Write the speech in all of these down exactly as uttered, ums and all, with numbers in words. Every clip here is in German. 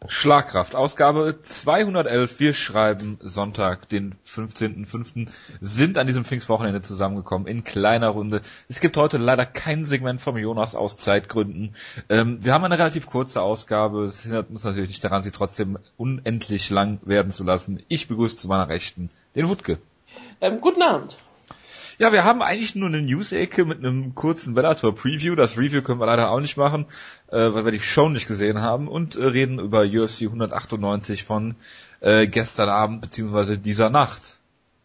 Schlagkraft, Ausgabe zweihundertelf. Wir schreiben Sonntag, den fünfzehnten fünften sind an diesem Pfingstwochenende zusammengekommen in kleiner Runde. Es gibt heute leider kein Segment vom Jonas aus Zeitgründen. Ähm, wir haben eine relativ kurze Ausgabe. Es hindert uns natürlich nicht daran, sie trotzdem unendlich lang werden zu lassen. Ich begrüße zu meiner Rechten den Wutke. Ähm, guten Abend. Ja, wir haben eigentlich nur eine News-Ecke mit einem kurzen Bellator-Preview. Das Review können wir leider auch nicht machen, äh, weil wir die Show nicht gesehen haben. Und äh, reden über U F C hundertachtundneunzig von äh, gestern Abend beziehungsweise dieser Nacht.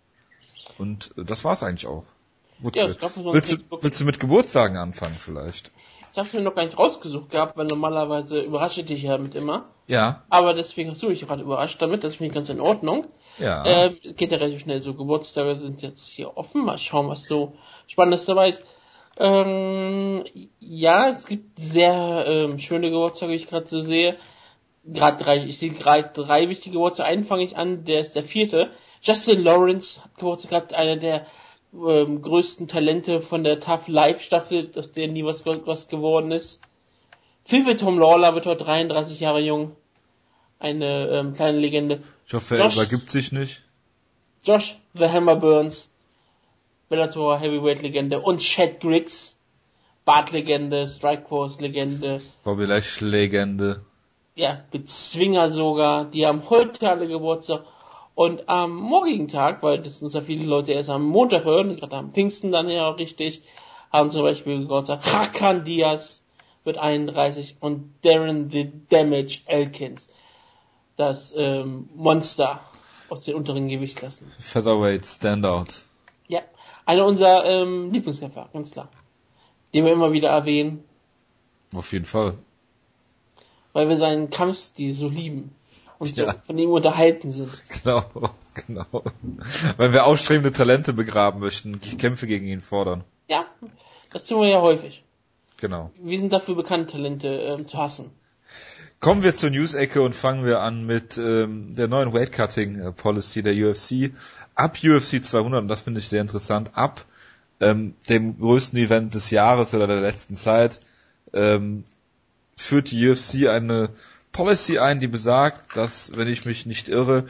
Und äh, das war's eigentlich auch. Ja, ich glaub, willst, du, willst du mit Geburtstagen anfangen vielleicht? Ich habe mir noch gar nicht rausgesucht gehabt, weil normalerweise überrasche ich dich ja mit immer. Ja. Aber deswegen hast du mich gerade überrascht damit. Das finde ich ganz in Ordnung. Ja. Ähm, geht ja relativ schnell so. Geburtstage sind jetzt hier offen. Mal schauen, was so Spannendes dabei ist. Ähm, ja, es gibt sehr ähm, schöne Geburtstage, wie ich gerade so sehe. Gerade drei, ich sehe gerade drei wichtige Geburtstage. Einen fange ich an, der ist der vierte. Justin Lawrence hat Geburtstag gehabt, einer der ähm, größten Talente von der Tough Life Staffel, aus der nie was, was geworden ist. Phil Tom Lawler wird heute dreiunddreißig Jahre jung. Eine ähm, kleine Legende. Ich hoffe, er Josh, übergibt sich nicht. Josh The Hammer Burns, Bellator Heavyweight Legende, und Chad Griggs, Bart Legende, Strikeforce Legende, Bobby Lash Legende. Ja, Bezwinger sogar. Die haben heute alle Geburtstag. Und am morgigen Tag, weil das uns ja viele Leute erst am Montag hören, gerade am Pfingsten dann ja auch richtig, haben zum Beispiel Geburtstag Hakan Diaz wird einunddreißig und Darren the Damage Elkins, das ähm, Monster aus den unteren Gewichtsklassen. Featherweight Standout. Ja, einer unserer ähm, Lieblingskämpfer, ganz klar. Den wir immer wieder erwähnen. Auf jeden Fall. Weil wir seinen Kampfstil so lieben. Und ja. so von ihm unterhalten sind. Genau, genau. Weil wir ausstrebende Talente begraben möchten, die Kämpfe gegen ihn fordern. Ja, das tun wir ja häufig. Genau. Wir sind dafür bekannt, Talente ähm, zu hassen. Kommen wir zur News-Ecke und fangen wir an mit ähm, der neuen Weight-Cutting-Policy der U F C. Ab U F C zweihundert, und das finde ich sehr interessant, ab ähm, dem größten Event des Jahres oder der letzten Zeit, ähm, führt die U F C eine Policy ein, die besagt, dass, wenn ich mich nicht irre,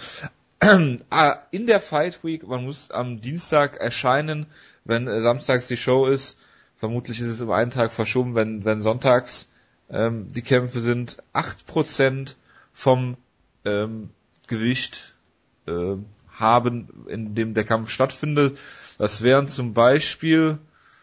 in der Fight Week, man muss am Dienstag erscheinen, wenn äh, samstags die Show ist. Vermutlich ist es um einen Tag verschoben, wenn, wenn sonntags ähm, die Kämpfe sind. acht Prozent vom ähm, Gewicht äh, haben, in dem der Kampf stattfindet. Das wären zum Beispiel,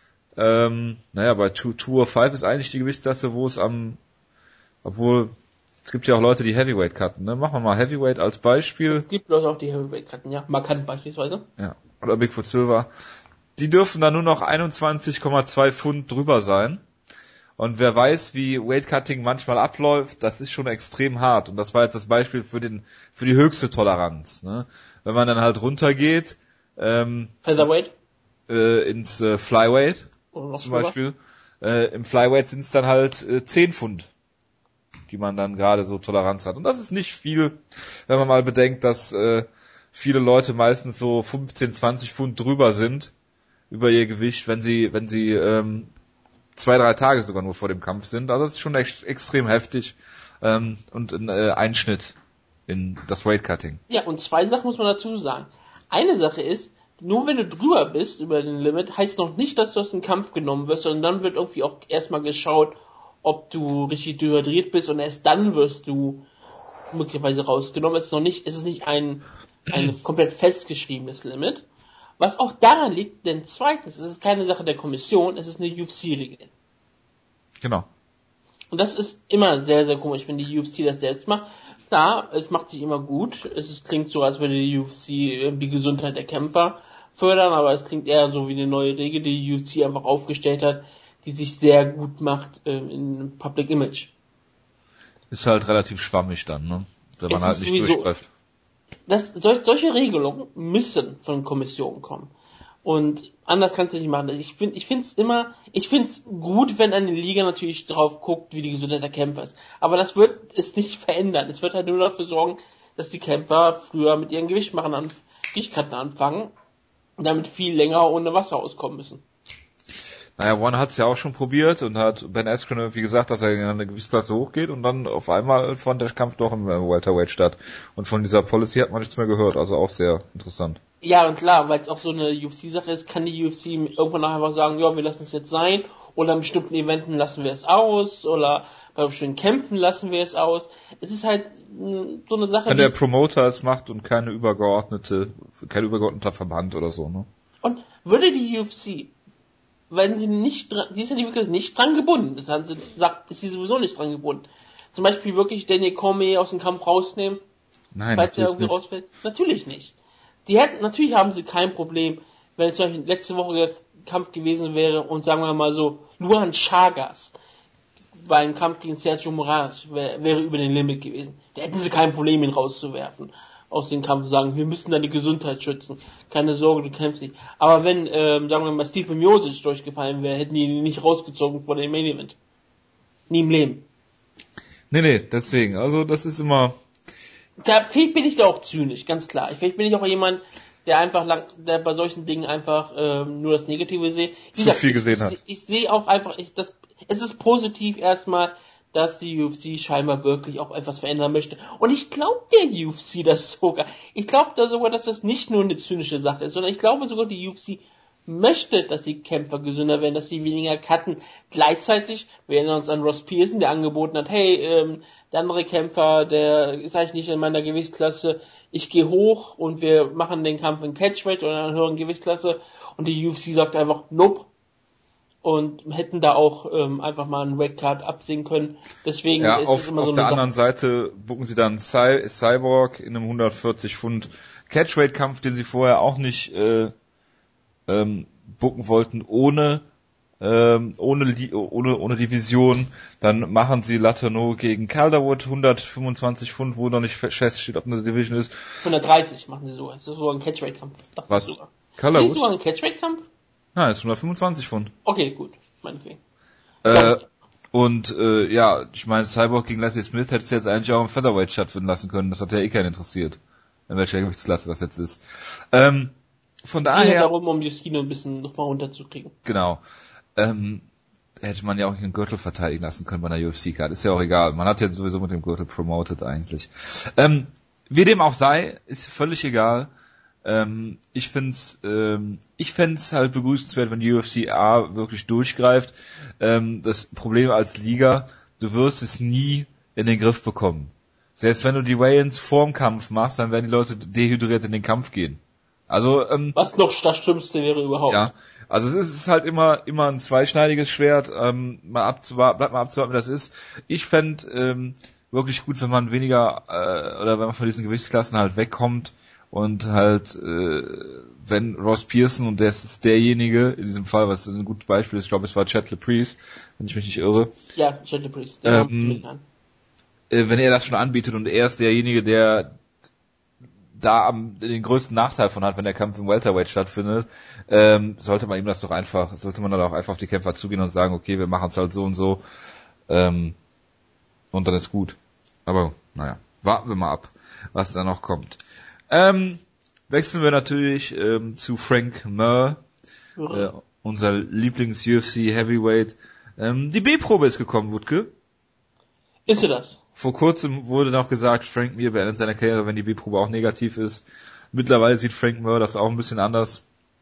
ähm, naja, bei zwei null fünf ist eigentlich die Gewichtsklasse, wo es am, obwohl, es gibt ja auch Leute, die Heavyweight cutten, ne? Machen wir mal Heavyweight als Beispiel. Es gibt Leute auch, die Heavyweight cutten, ja. Markant beispielsweise. Ja. Oder Bigfoot Silver. Die dürfen dann nur noch einundzwanzig Komma zwei Pfund drüber sein. Und wer weiß, wie Weightcutting manchmal abläuft, das ist schon extrem hart. Und das war jetzt das Beispiel für den, für die höchste Toleranz, ne? Wenn man dann halt runtergeht, ähm, Featherweight? Äh, ins äh, Flyweight, oder noch zum drüber? Beispiel. Äh, im Flyweight sind es dann halt äh, zehn Pfund, die man dann gerade so Toleranz hat. Und das ist nicht viel, wenn man mal bedenkt, dass äh, viele Leute meistens so fünfzehn, zwanzig Pfund drüber sind über ihr Gewicht, wenn sie wenn sie ähm, zwei, drei Tage sogar nur vor dem Kampf sind. Also das ist schon ex- extrem heftig ähm, und ein äh, Einschnitt in das Weightcutting. Ja, und zwei Sachen muss man dazu sagen. Eine Sache ist, nur wenn du drüber bist über den Limit, heißt noch nicht, dass du aus dem Kampf genommen wirst, sondern dann wird irgendwie auch erstmal geschaut, ob du richtig dehydriert bist, und erst dann wirst du möglicherweise rausgenommen. Es ist noch nicht, es ist nicht ein, ein komplett festgeschriebenes Limit. Was auch daran liegt, denn zweitens, es ist keine Sache der Kommission, es ist eine U F C-Regel. Genau. Und das ist immer sehr, sehr komisch, wenn die U F C das jetzt macht. Klar, es macht sich immer gut. Es ist, klingt so, als würde die U F C die Gesundheit der Kämpfer fördern, aber es klingt eher so wie eine neue Regel, die die U F C einfach aufgestellt hat, die sich sehr gut macht äh, in Public Image. Ist halt relativ schwammig dann, ne? Wenn man Es halt ist nicht sowieso- durchgreift. Das, sol, solche Regelungen müssen von Kommissionen kommen. Und anders kannst du nicht machen. Ich finde, ich finde es immer, ich finde es gut, wenn eine Liga natürlich drauf guckt, wie die Gesundheit der Kämpfer ist. Aber das wird es nicht verändern. Es wird halt nur dafür sorgen, dass die Kämpfer früher mit ihren Gewichtmachern an, Gewichtkarten anfangen und damit viel länger ohne Wasser auskommen müssen. Naja, One hat's ja auch schon probiert und hat Ben Askren irgendwie gesagt, dass er in eine Gewichtsklasse hochgeht und dann auf einmal fand der Kampf doch im Welterweight statt. Und von dieser Policy hat man nichts mehr gehört, also auch sehr interessant. Ja, und klar, weil es auch so eine U F C-Sache ist, kann die U F C irgendwann auch einfach sagen, ja, wir lassen es jetzt sein, oder in bestimmten Eventen lassen wir es aus, oder bei bestimmten Kämpfen lassen wir es aus. Es ist halt mh, so eine Sache. Wenn der Promoter es macht und keine übergeordnete, kein übergeordneter Verband oder so, ne? Und würde die U F C, wenn sie nicht dran, die ist ja wirklich nicht dran gebunden, das haben sie sagt, ist sie sowieso nicht dran gebunden. Zum Beispiel wirklich Daniel Cormier aus dem Kampf rausnehmen, Nein, falls er irgendwie nicht. rausfällt. Natürlich nicht. Die hätten, natürlich haben sie kein Problem, wenn es zum Beispiel letzte Woche der Kampf gewesen wäre und sagen wir mal so, Luan Chagas beim Kampf gegen Sergio Moraes wär, wäre über den Limit gewesen. Da hätten sie kein Problem, ihn rauszuwerfen aus dem Kampf, sagen, wir müssen deine Gesundheit schützen. Keine Sorge, du kämpfst nicht. Aber wenn, ähm, sagen wir mal, Stipe Miocic durchgefallen wäre, hätten die ihn nicht rausgezogen vor dem Main Event. Nie im Leben. Nee, nee, deswegen, also das ist immer... Da, vielleicht bin ich da auch zynisch, ganz klar. Vielleicht bin ich auch jemand, der einfach lang, der bei solchen Dingen einfach ähm, nur das Negative sehe. Zu gesagt, viel gesehen ich, hat. Ich, ich sehe auch einfach, ich, das, es ist positiv erstmal, dass die U F C scheinbar wirklich auch etwas verändern möchte. Und ich glaube der U F C das sogar. Ich glaube da sogar, dass das nicht nur eine zynische Sache ist, sondern ich glaube sogar, die U F C möchte, dass die Kämpfer gesünder werden, dass sie weniger cutten. Gleichzeitig, wir erinnern uns an Ross Pearson, der angeboten hat, hey, ähm, der andere Kämpfer, der ist eigentlich nicht in meiner Gewichtsklasse, ich gehe hoch und wir machen den Kampf in Catchweight oder in einer höheren Gewichtsklasse, und die U F C sagt einfach, nope, und hätten da auch ähm, einfach mal einen Redcard absehen können. Deswegen ja, ist auf, es immer auf so der eine anderen Seite bucken sie dann Cy- Cyborg in einem hundertvierzig Pfund Catchweight-Kampf, den sie vorher auch nicht äh, ähm, bucken wollten, ohne ähm, ohne, ohne ohne Division. Dann machen sie Latourneau gegen Calderwood, hundertfünfundzwanzig Pfund, wo noch nicht feststeht, ob eine Division ist. hundertdreißig machen sie sogar. Das ist sogar ein Catchweight-Kampf. Was? Sogar. Calderwood? Ist das sogar ein Catchweight-Kampf? Nein, das ist hundertfünfundzwanzig Pfund. Okay, gut. Meinetwegen. Äh, und äh, ja, ich meine, Cyborg gegen Leslie Smith hättest du jetzt eigentlich auch im Featherweight stattfinden lassen können. Das hat ja eh keinen interessiert, in welcher Gewichtsklasse das jetzt ist. Ähm, von es daher... geht darum, um Justino ein bisschen nochmal runterzukriegen. Genau. Ähm, hätte man ja auch den Gürtel verteidigen lassen können bei einer U F C-Card. Ist ja auch egal. Man hat ja sowieso mit dem Gürtel promoted eigentlich. Ähm, wie dem auch sei, ist völlig egal. Ähm, ich find's, ähm, ich fänd's halt begrüßenswert, wenn die U F C A wirklich durchgreift. Ähm, das Problem als Liga, du wirst es nie in den Griff bekommen. Selbst wenn du die Weigh-ins vorm Kampf machst, dann werden die Leute dehydriert in den Kampf gehen. Also, ähm, was noch das Schlimmste wäre überhaupt. Ja, also es ist halt immer immer ein zweischneidiges Schwert. Ähm, mal abzuwarten, bleibt mal abzuwarten, wie das ist. Ich fänd ähm, wirklich gut, wenn man weniger äh, oder wenn man von diesen Gewichtsklassen halt wegkommt und halt äh, wenn Ross Pearson, und der ist derjenige in diesem Fall, was ein gutes Beispiel ist, ich glaube, es war Chad LePriest, wenn ich mich nicht irre. Ja, Chad LePriest. Der ähm, äh, wenn er das schon anbietet und er ist derjenige, der da am, den größten Nachteil von hat, wenn der Kampf im Welterweight stattfindet, ähm, sollte man ihm das doch einfach, sollte man dann auch einfach auf die Kämpfer zugehen und sagen, okay, wir machen es halt so und so, ähm, und dann ist gut. Aber, naja, warten wir mal ab, was da noch kommt. Ähm, wechseln wir natürlich ähm, zu Frank Mir, äh, unser Lieblings-U F C Heavyweight. Ähm, die B-Probe ist gekommen, Wutke. Ist sie das? Vor kurzem wurde noch gesagt, Frank Mir beendet seine Karriere, wenn die B-Probe auch negativ ist. Mittlerweile sieht Frank Mir das auch ein bisschen anders.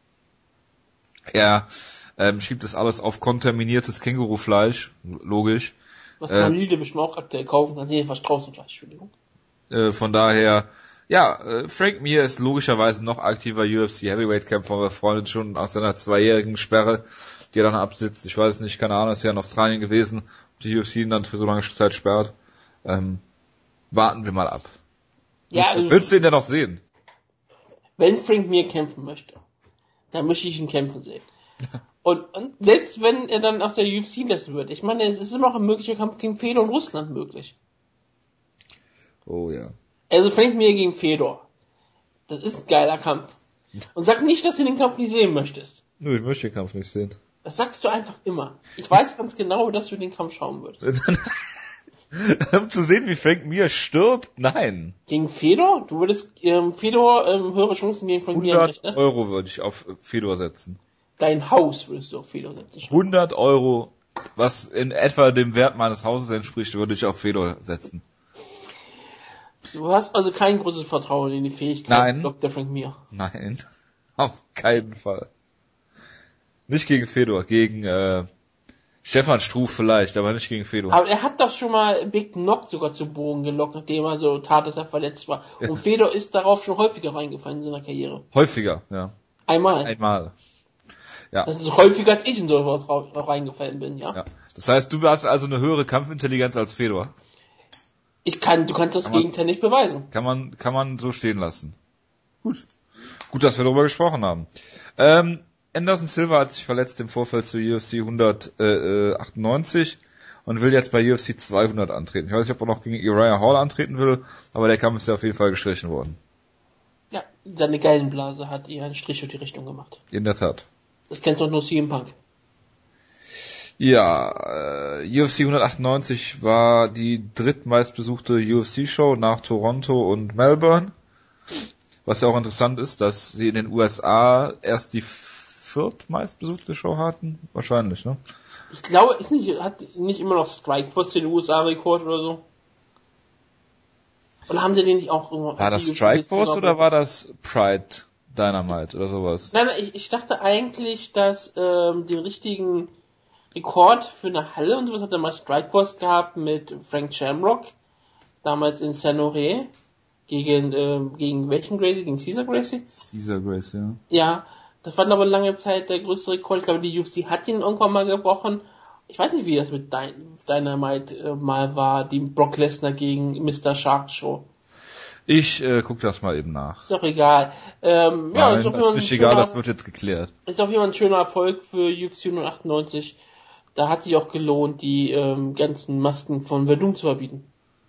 Er ähm, schiebt das alles auf kontaminiertes Kängurufleisch, logisch. Was man äh, Lidl bestimmt auch aktuell kaufen kann. Nee, was Straußenfleisch, Entschuldigung. Äh, von daher, ja, äh, Frank Mir ist logischerweise noch aktiver U F C Heavyweight-Kämpfer. Wir freuen uns schon aus seiner zweijährigen Sperre, die er dann absitzt. Ich weiß nicht, keine Ahnung, ist ja in Australien gewesen, ob die U F C ihn dann für so lange Zeit sperrt. Ähm, warten wir mal ab. Ja, also, willst du ihn denn noch sehen? Wenn Frank Mir kämpfen möchte, dann möchte ich ihn kämpfen sehen. und, und selbst wenn er dann aus der U F C lassen wird, ich meine, es ist immer noch ein möglicher Kampf gegen Fedor und Russland möglich. Oh ja. Also Frank Mir gegen Fedor. Das ist ein geiler Kampf. Und sag nicht, dass du den Kampf nicht sehen möchtest. Nö, ich möchte den Kampf nicht sehen. Das sagst du einfach immer. Ich weiß ganz genau, dass du den Kampf schauen würdest. Um zu sehen, wie Frank Mir stirbt? Nein. Gegen Fedor? Du würdest ähm, Fedor ähm, höhere Chancen gegen Frank Mir hundert nicht, ne? Euro würde ich auf Fedor setzen. dein Haus würdest du auf Fedor setzen. hundert Euro, was in etwa dem Wert meines Hauses entspricht, würde ich auf Fedor setzen. Du hast also kein großes Vertrauen in die Fähigkeit Nein. Doktor Frank Mir. Nein, auf keinen Fall. Nicht gegen Fedor, gegen äh, Stefan Struve vielleicht, aber nicht gegen Fedor. Aber er hat doch schon mal Big Knock sogar zu Boden gelockt, nachdem er so tat, dass er verletzt war. Und ja. Fedor ist darauf schon häufiger reingefallen in seiner Karriere. Häufiger, ja. Einmal. Einmal. Ja. Das ist häufiger, als ich in sowas reingefallen bin, ja? Ja. Das heißt, du hast also eine höhere Kampfintelligenz als Fedor? Ich kann, du kannst das kann Gegenteil man, nicht beweisen. Kann man, kann man so stehen lassen. Gut. Gut, dass wir darüber gesprochen haben. Ähm, Anderson Silva hat sich verletzt im Vorfeld zu U F C hundertachtundneunzig und will jetzt bei U F C zweihundert antreten. Ich weiß nicht, ob er noch gegen Uriah Hall antreten will, aber der Kampf ist ja auf jeden Fall gestrichen worden. Ja, seine Gallenblase hat ihr einen Strich durch die Richtung gemacht. In der Tat. Das kennst du nur C M Punk. Ja, äh, U F C hundertachtundneunzig war die drittmeistbesuchte U F C-Show nach Toronto und Melbourne. Was ja auch interessant ist, dass sie in den U S A erst die viertmeistbesuchte Show hatten. Wahrscheinlich, ne? Ich glaube, ist nicht, hat nicht immer noch Strikeforce den U S A-Rekord oder so? Oder haben sie den nicht auch irgendwo... War das Strikeforce oder war das Pride Dynamite oder sowas? Nein, nein, ich, ich dachte eigentlich, dass ähm, den richtigen Rekord für eine Halle und sowas hat er mal Strikeforce gehabt mit Frank Shamrock, damals in San Jose, gegen, ähm, gegen welchen Gracie? Gegen Cesar Gracie? Cesar Gracie, ja. Ja, das war aber lange Zeit der größte Rekord. Ich glaube, die U F C hat ihn irgendwann mal gebrochen. Ich weiß nicht, wie das mit Dynamite äh, mal war, die Brock Lesnar gegen Mister Shark Show. Ich äh, guck das mal eben nach. Ist doch egal. Ähm, Nein, ja, ist, das ist nicht egal, das wird jetzt geklärt. Ist auf jeden Fall ein schöner Erfolg für U F C hundertachtundneunzig. Da hat sich auch gelohnt, die ähm, ganzen Masken von Verdun zu verbieten.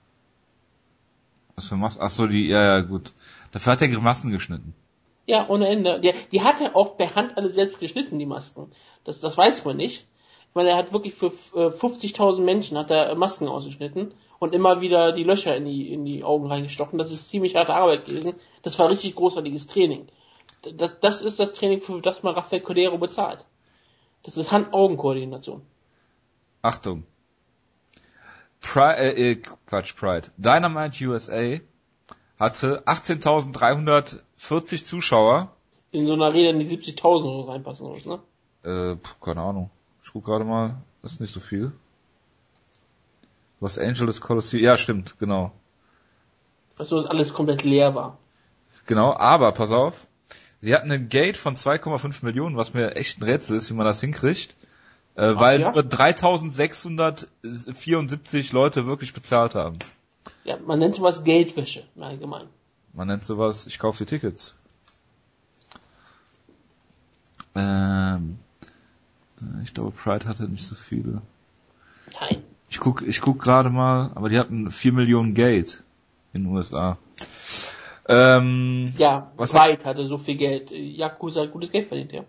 Was für Masken? Ach so, die, ja, ja, gut. Dafür hat er Grimassen geschnitten. Ja, ohne Ende. Die, die hat er auch per Hand alle selbst geschnitten, die Masken. Das, das weiß man nicht. Ich meine, er hat wirklich für äh, fünfzigtausend Menschen hat er Masken ausgeschnitten und immer wieder die Löcher in die, in die Augen reingestochen. Das ist ziemlich harte Arbeit gewesen. Das war richtig großartiges Training. Das, das ist das Training, für das man Rafael Cordero bezahlt. Das ist Hand-Augen-Koordination. Achtung. Pride, äh, Quatsch, Pride. Dynamite U S A hatte achtzehntausenddreihundertvierzig Zuschauer. In so einer Rede in die siebzigtausend reinpassen muss, ne? Äh, keine Ahnung. Ich guck gerade mal. Das ist nicht so viel. Los Angeles Coliseum. Ja, stimmt, genau. Weißt du, dass alles komplett leer war. Genau, aber pass auf. Sie hatten ein Gate von zwei Komma fünf Millionen, was mir echt ein Rätsel ist, wie man das hinkriegt. Äh, Ach, weil ja? nur dreitausendsechshundertvierundsiebzig Leute wirklich bezahlt haben. Ja, man nennt sowas Geldwäsche im Allgemeinen. Man nennt sowas, ich kaufe die Tickets. Ähm, ich glaube, Pride hatte nicht so viele. Nein. Ich guck, ich guck gerade mal, aber die hatten vier Millionen Gate in den U S A. Ähm, ja, was Pride hatte so viel Geld. Yakuza hat gutes Geld verdient, ja.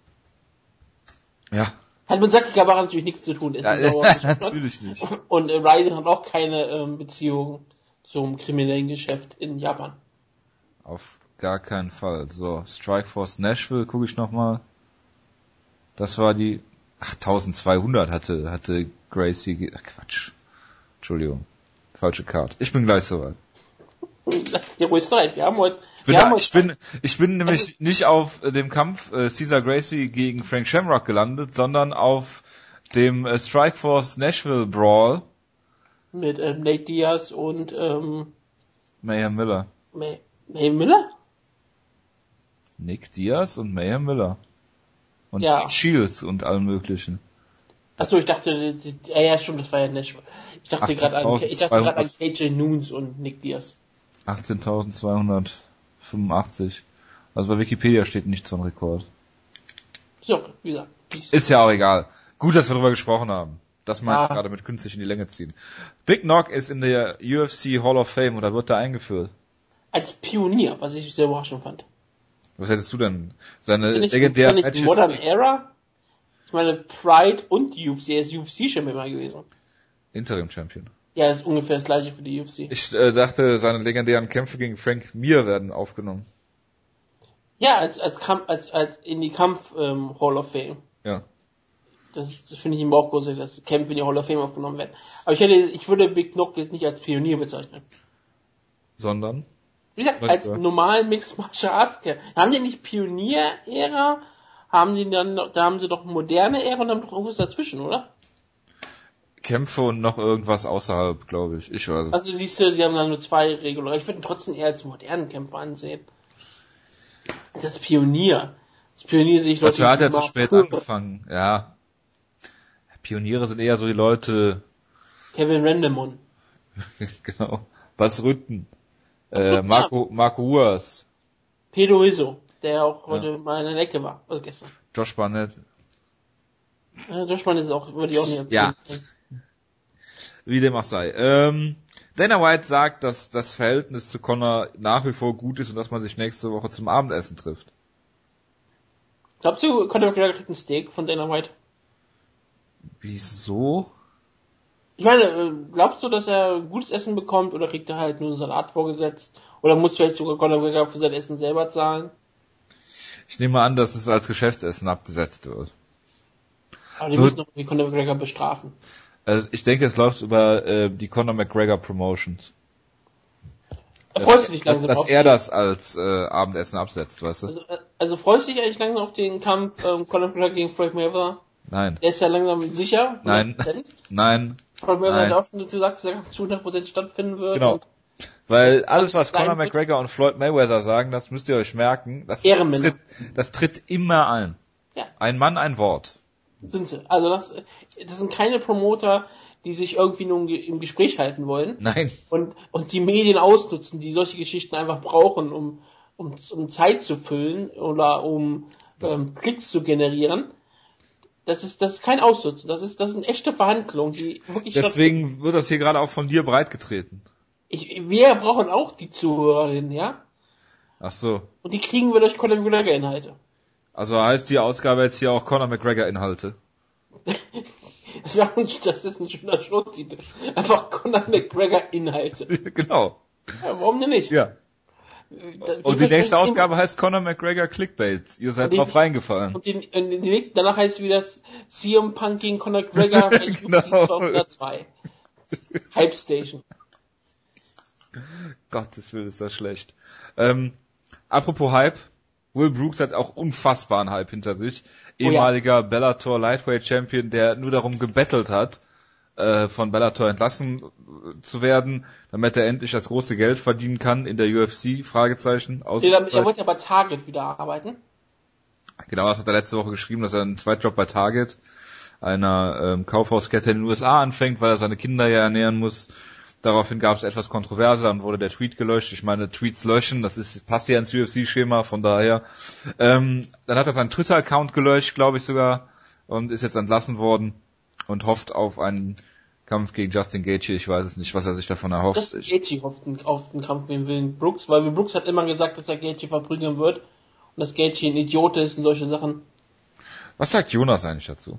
Ja. Hat mit Saki Kabara natürlich nichts zu tun. Ist ja, natürlich nicht. Und äh, Ryzen hat auch keine ähm, Beziehung zum kriminellen Geschäft in Japan. Auf gar keinen Fall. So, Strikeforce Nashville, gucke ich nochmal. Das war die, ach, eintausendzweihundert hatte, hatte Gracie, ach Quatsch. Entschuldigung. Falsche Card. Ich bin gleich soweit. Lass dir ruhig sein. Wir haben heute, ich bin, wir da, haben ich bin, ich bin nämlich also, nicht auf dem Kampf äh, Cesar Gracie gegen Frank Shamrock gelandet, sondern auf dem äh, Strikeforce Nashville Brawl. Mit ähm, Nate Diaz und ähm, Mayhem Miller. May- Mayhem Miller? Nick Diaz und Mayhem Miller. Und ja. Shields und allem möglichen. Achso, ich dachte, ja, ja, stimmt, das war ja Nashville. Ich dachte gerade an, ich dachte gerade an K J Noons und Nick Diaz. achtzehntausendzweihundertfünfundachtzig. Also bei Wikipedia steht nichts von Rekord. So, wie gesagt. Ist ja auch egal. Gut, dass wir darüber gesprochen haben. Das meinte ich gerade mit künstlich in die Länge ziehen. Big Knock ist in der U F C Hall of Fame oder wird da eingeführt? Als Pionier, was ich sehr überraschend fand. Was hättest du denn? Seine legendären Matches? Modern Era? Ich meine, Pride und U F C, er ist U F C-Champion mal gewesen. Interim-Champion. Ja, das ist ungefähr das gleiche für die U F C. Ich äh, dachte, seine legendären Kämpfe gegen Frank Mir werden aufgenommen. Ja, als als Kampf, als als in die Kampf ähm, Hall of Fame. Ja. Das, das finde ich ihm auch großartig, dass Kämpfe in die Hall of Fame aufgenommen werden. Aber ich hätte, ich würde Big Knock jetzt nicht als Pionier bezeichnen. Sondern? Wie gesagt, Was als war? normalen Mixed Martial Arts Kämpfer. Haben die nicht Pionier-Ära? Haben die dann, da haben sie doch moderne Ära und dann doch irgendwas dazwischen, oder? Kämpfe und noch irgendwas außerhalb, glaube ich. Ich weiß es. Also siehst du, die haben dann nur zwei reguläre. Ich würde ihn trotzdem eher als modernen Kämpfer ansehen. Das ist Pionier. Das Pionier sehe ich Dafür hat er zu immer spät cool. angefangen, ja. Pioniere sind eher so die Leute, Kevin Randemon. genau, Bas Rütten, Bas äh, Rütten, Marco, Marco Huas, Pedro Rizzo, der auch heute Ja. mal in der Ecke war, also gestern. Josh Barnett. Ja, so spannend ist es auch, würde ich auch nicht Ja. empfehlen. Wie dem auch sei. Ähm, Dana White sagt, dass das Verhältnis zu Conor nach wie vor gut ist und dass man sich nächste Woche zum Abendessen trifft. Glaubst du, Conor McGregor kriegt ein Steak von Dana White? Wieso? Ich meine, äh, glaubst du, dass er gutes Essen bekommt oder kriegt er halt nur einen Salat vorgesetzt? Oder muss vielleicht sogar Conor McGregor für sein Essen selber zahlen? Ich nehme an, dass es als Geschäftsessen abgesetzt wird. Aber die Wird- müssen doch irgendwie Conor McGregor bestrafen. Also ich denke, es läuft über äh, die Conor McGregor Promotions. Da freust du dich Dass, langsam dass auf er den, das als äh, Abendessen absetzt, weißt du? also, äh, also freust du dich eigentlich langsam auf den Kampf ähm, Conor McGregor gegen Floyd Mayweather? Nein. Der ist ja langsam sicher. Nein. hundert Prozent. Nein. Floyd Mayweather Nein. hat auch schon dazu gesagt, dass der Kampf zu hundert Prozent stattfinden wird. Genau. Und Weil Das alles, was sein Conor wird. McGregor und Floyd Mayweather sagen, das müsst ihr euch merken, das Ehrenmänner. tritt, das tritt immer ein. Ja. Ein Mann, ein Wort. Sind sie. Also das, das sind keine Promoter, die sich irgendwie nur im Ge- im Gespräch halten wollen. Nein. Und, und die Medien ausnutzen, die solche Geschichten einfach brauchen, um, um, um Zeit zu füllen oder um ähm, Klicks zu generieren. Das ist, das ist kein Ausnutzen. Das ist, das sind echte Verhandlungen, die wirklich Deswegen wird das hier gerade auch von dir breitgetreten. Ich, wir brauchen auch die Zuhörerinnen, ja? Ach so. Und die kriegen wir durch Conor McGregor Inhalte. Also heißt die Ausgabe jetzt hier auch Conor McGregor Inhalte. Das, wäre ein, das ist ein schöner Showtitel. Einfach Conor McGregor Inhalte. Genau. Ja, warum denn nicht? Ja. Da- Und die nächste Ausgabe heißt Conor McGregor Clickbait. Ihr seid Und die- drauf reingefallen. Und die, und die nächste, danach heißt es wieder C M Punk gegen Conor McGregor bei U F C Genau. zweihundertzwei. Hype Station. Gottes Willen ist das schlecht. Ähm, apropos Hype. Will Brooks hat auch unfassbaren Hype hinter sich. Oh ja. Ehemaliger Bellator Lightweight Champion, der nur darum gebettelt hat, äh, von Bellator entlassen äh, zu werden, damit er endlich das große Geld verdienen kann in der U F C, Fragezeichen, Er, er Ausrufezeichen. wollte ja bei Target wieder arbeiten. Genau, das hat er letzte Woche geschrieben, dass er einen Zweitjob bei Target, einer ähm, Kaufhauskette in den U S A anfängt, weil er seine Kinder ja ernähren muss. Daraufhin gab es etwas Kontroverse, dann wurde der Tweet gelöscht. Ich meine, Tweets löschen, das ist passt ja ins U F C-Schema, von daher. Ähm, dann hat er seinen Twitter-Account gelöscht, glaube ich sogar, und ist jetzt entlassen worden und hofft auf einen Kampf gegen Justin Gaethje. Ich weiß es nicht, was er sich davon erhofft. Das Ich, Gaethje hofft einen- auf den Kampf gegen Willen Brooks, weil Will Brooks hat immer gesagt, dass er Gaethje verprügeln wird und dass Gaethje ein Idiot ist und solche Sachen. was sagt Jonas eigentlich dazu?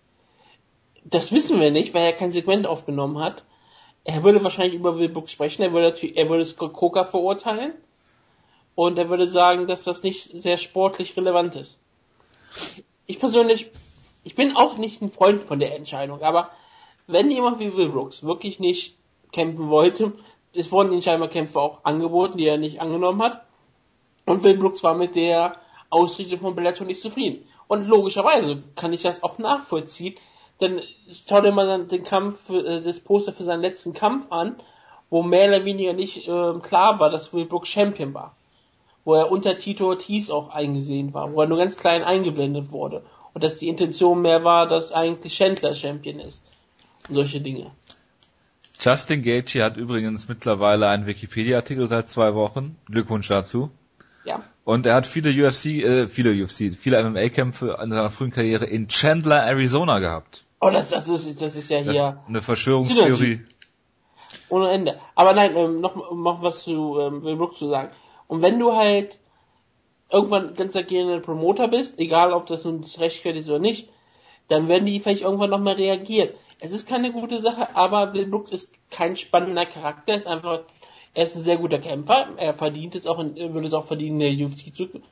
Das wissen wir nicht, weil er kein Segment aufgenommen hat. Er würde wahrscheinlich über Will Brooks sprechen, er würde, er würde Scott Coker verurteilen und er würde sagen, dass das nicht sehr sportlich relevant ist. Ich persönlich, ich bin auch nicht ein Freund von der Entscheidung, aber wenn jemand wie Will Brooks wirklich nicht kämpfen wollte, es wurden ihm scheinbar Kämpfe auch angeboten, die er nicht angenommen hat, und Will Brooks war mit der Ausrichtung von Bellator nicht zufrieden. Und logischerweise kann ich das auch nachvollziehen, denn schau dir mal dann den Kampf, äh, das Poster für seinen letzten Kampf an, wo mehr oder weniger nicht äh, klar war, dass Will Brooks Champion war. Wo er unter Tito Ortiz auch eingesehen war, wo er nur ganz klein eingeblendet wurde. Und dass die Intention mehr war, dass eigentlich Chandler Champion ist. Und solche Dinge. Justin Gaethje hat übrigens mittlerweile einen Wikipedia-Artikel seit zwei Wochen. Glückwunsch dazu. Ja. Und er hat viele U F C, äh, viele U F C, viele M M A-Kämpfe in seiner frühen Karriere in Chandler, Arizona gehabt. Oh, das, das ist, das ist ja Das hier ist eine Verschwörungstheorie. ohne Ende. Aber nein, ähm, noch, noch was zu ähm, Will Brooks zu sagen. Und wenn du halt irgendwann ganz agierender Promoter bist, egal ob das nun rechtfertigt ist oder nicht, dann werden die vielleicht irgendwann nochmal reagieren. Es ist keine gute Sache, aber Will Brooks ist kein spannender Charakter, ist einfach, er ist ein sehr guter Kämpfer, er verdient es auch, in, würde es auch verdienen, in der U F C zu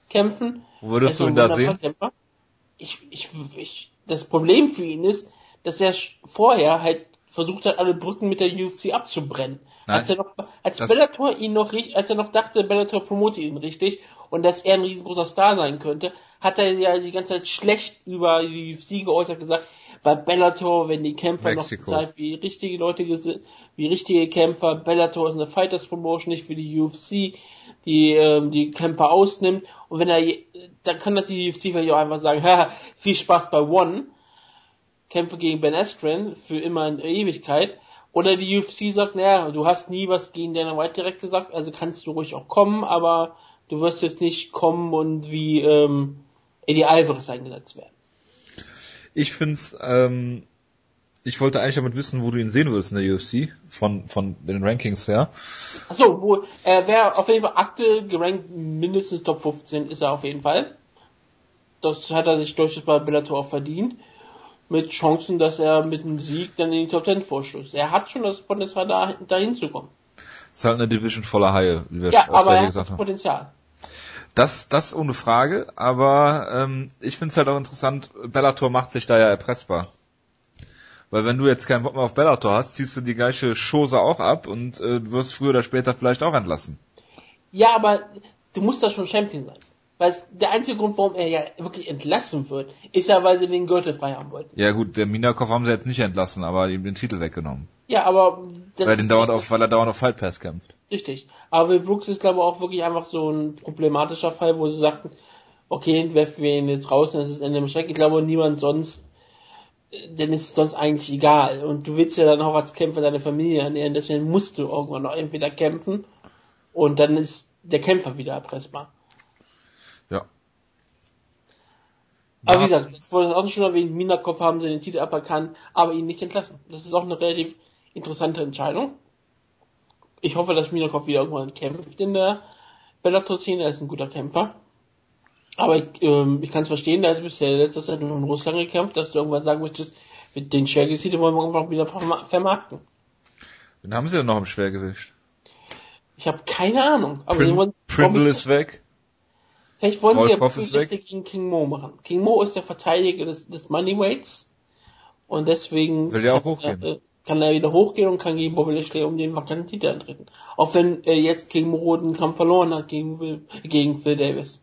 kämpfen. Wo würdest du ihn da sehen? Kämpfer. Ich, ich, ich, das Problem für ihn ist, dass er vorher halt versucht hat, alle Brücken mit der U F C abzubrennen. Nein, als er noch, als Bellator ihn noch richtig, als er noch dachte, Bellator promotet ihn richtig und dass er ein riesengroßer Star sein könnte, hat er ja die ganze Zeit schlecht über die U F C geäußert gesagt, weil Bellator, wenn die Kämpfer Mexiko. noch bezahlt wie richtige Leute, wie richtige Kämpfer, Bellator ist eine Fighters Promotion, nicht wie die U F C, die ähm, die Kämpfer ausnimmt. Und wenn er, dann kann das die U F C vielleicht auch einfach sagen, haha, viel Spaß bei One, Kämpfe gegen Ben Askren für immer in Ewigkeit. Oder die U F C sagt, naja, du hast nie was gegen Dana White direkt gesagt, also kannst du ruhig auch kommen, aber du wirst jetzt nicht kommen und wie ähm, Eddie Alvarez eingesetzt werden. Ich find's, ähm, ich wollte eigentlich damit wissen, wo du ihn sehen würdest in der U F C, von von den Rankings her. Achso, wo, er wäre auf jeden Fall aktuell gerankt, mindestens Top fünfzehn ist er auf jeden Fall. Das hat er sich durchaus bei Bellator auch verdient. Mit Chancen, dass er mit einem Sieg dann in die Top zehn vorstößt. Er hat schon das Potenzial, da, dahin zu kommen. Ist halt eine Division voller Haie, wie wir ja, schon aber er hat gesagt das haben. Potenzial. Das, das ohne Frage, aber ähm, ich finde es halt auch interessant, Bellator macht sich da ja erpressbar. Weil wenn du jetzt keinen Bock mehr auf Bellator hast, ziehst du die gleiche Chose auch ab und äh, du wirst früher oder später vielleicht auch entlassen. Ja, aber du musst da schon Champion sein. Weil der einzige Grund, warum er ja wirklich entlassen wird, ist ja, weil sie den Gürtel frei haben wollten. Ja gut, der Minakov haben sie jetzt nicht entlassen, aber ihm den Titel weggenommen. Ja, aber das weil, den dauernd auf, weil er dauernd auf Fight Pass kämpft. Richtig. Aber Will Brooks ist, glaube ich, auch wirklich einfach so ein problematischer Fall, wo sie sagten, okay, werfen wir ihn jetzt raus, dann ist das Ende im Schreck. Ich glaube, niemand sonst, denn ist es sonst eigentlich egal. Und du willst ja dann auch als Kämpfer deine Familie ernähren, deswegen musst du irgendwann noch entweder kämpfen und dann ist der Kämpfer wieder erpressbar. Ja. Aber wie gesagt, das wurde auch schon erwähnt, Minakov haben sie den Titel aberkannt, aber ihn nicht entlassen. Das ist auch eine relativ interessante Entscheidung. Ich hoffe, dass Minakov wieder irgendwann kämpft in der Bellator-Szene, er ist ein guter Kämpfer. Aber ich, ähm, ich kann es verstehen, da ist bisher letztes Jahr nur in Russland gekämpft, dass du irgendwann sagen möchtest, mit den Schwergewichten wollen wir irgendwann wieder vermarkten. Wen haben sie denn noch im Schwergewicht? Ich habe keine Ahnung. Aber Prim- wollen, Prindle ist weg. Vielleicht wollen Volkov sie ja wirklich gegen King Mo machen. King Mo ist der Verteidiger des, des Moneyweights und deswegen will er auch hochgehen. Er, kann er wieder hochgehen und kann gegen Bobby Lashley um den vakanten Titel antreten. Auch wenn er jetzt King Mo den Kampf verloren hat gegen Will, gegen Phil Davis.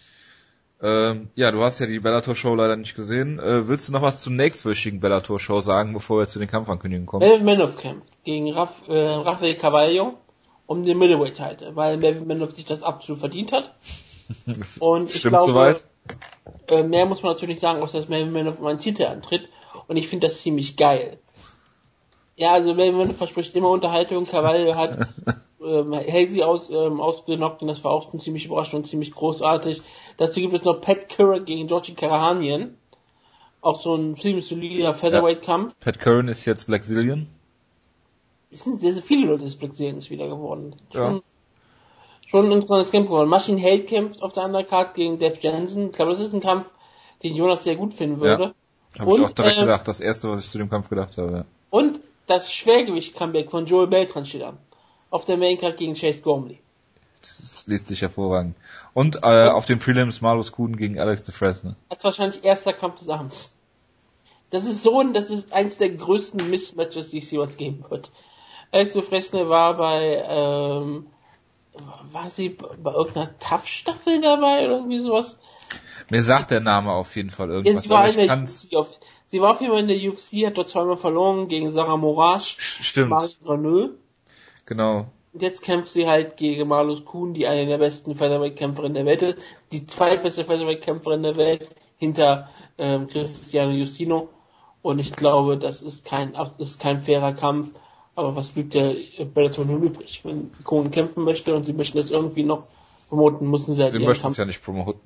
Ähm, ja, du hast ja die Bellator-Show leider nicht gesehen. Äh, willst du noch was zur nächstwöchigen Bellator-Show sagen, bevor wir zu den Kampfankündigungen kommen? Melvin Manhoef kämpft gegen Raf, äh, Rafael Carvalho um den Middleweight-Titel, weil Melvin Manhoef sich das absolut verdient hat. Und ich Stimmt glaube, soweit. Äh, mehr muss man natürlich sagen, außer dass Melvin Manhoef um einen Titel antritt. Und ich finde das ziemlich geil. Ja, also Melvin Manhoef verspricht immer Unterhaltung. Carvalho hat ähm, Halsey aus, ähm, ausgenockt und das war auch ziemlich überraschend und ziemlich großartig. Dazu gibt es noch Pat Curran gegen Georgi Karahanian. Auch so ein ziemlich solider Featherweight-Kampf. Ja. Pat Curran ist jetzt Black Zillion. Es sind sehr, sehr viele Leute des Black Zillions wieder geworden. Schon, ja. schon ein interessantes Kampf geworden. Machine Hate kämpft auf der Undercard gegen Def Jensen. Ich glaube, das ist ein Kampf, den Jonas sehr gut finden würde. Ja, habe ich auch direkt äh, gedacht. Das erste, was ich zu dem Kampf gedacht habe. Ja. Und das Schwergewicht-Comeback von Joel Beltran steht an. Auf der Maincard gegen Chase Gormley. Das liest sich hervorragend. Und äh, auf den Prelims Marlos Kuhn gegen Alex de Fresne. Als wahrscheinlich erster Kampf des Abends. Das ist so ein, das ist eins der größten Mismatches, die es jemals geben wird. Alex de Fresne war bei, ähm, war sie bei irgendeiner Tough-Staffel dabei oder irgendwie sowas? Mir sagt der Name auf jeden Fall irgendwas. Ja, sie, war in der U F C auf, sie war auf jeden Fall in der U F C, hat dort zweimal verloren gegen Sarah Moraes. Stimmt. Marie Graneux. Genau. Und jetzt kämpft sie halt gegen Marlos Kuhn, die eine der besten Featherweight-Kämpferinnen der Welt ist. Die zweitbeste Featherweight-Kämpferin der Welt hinter ähm, Cristiano Justino. Und ich glaube, das ist kein, das ist kein fairer Kampf. Aber was blieb der Bellator nun übrig? Wenn Kuhn kämpfen möchte und sie möchten das irgendwie noch promoten, müssen sie halt sie ihren möchten Kampf. es ja nicht promoten.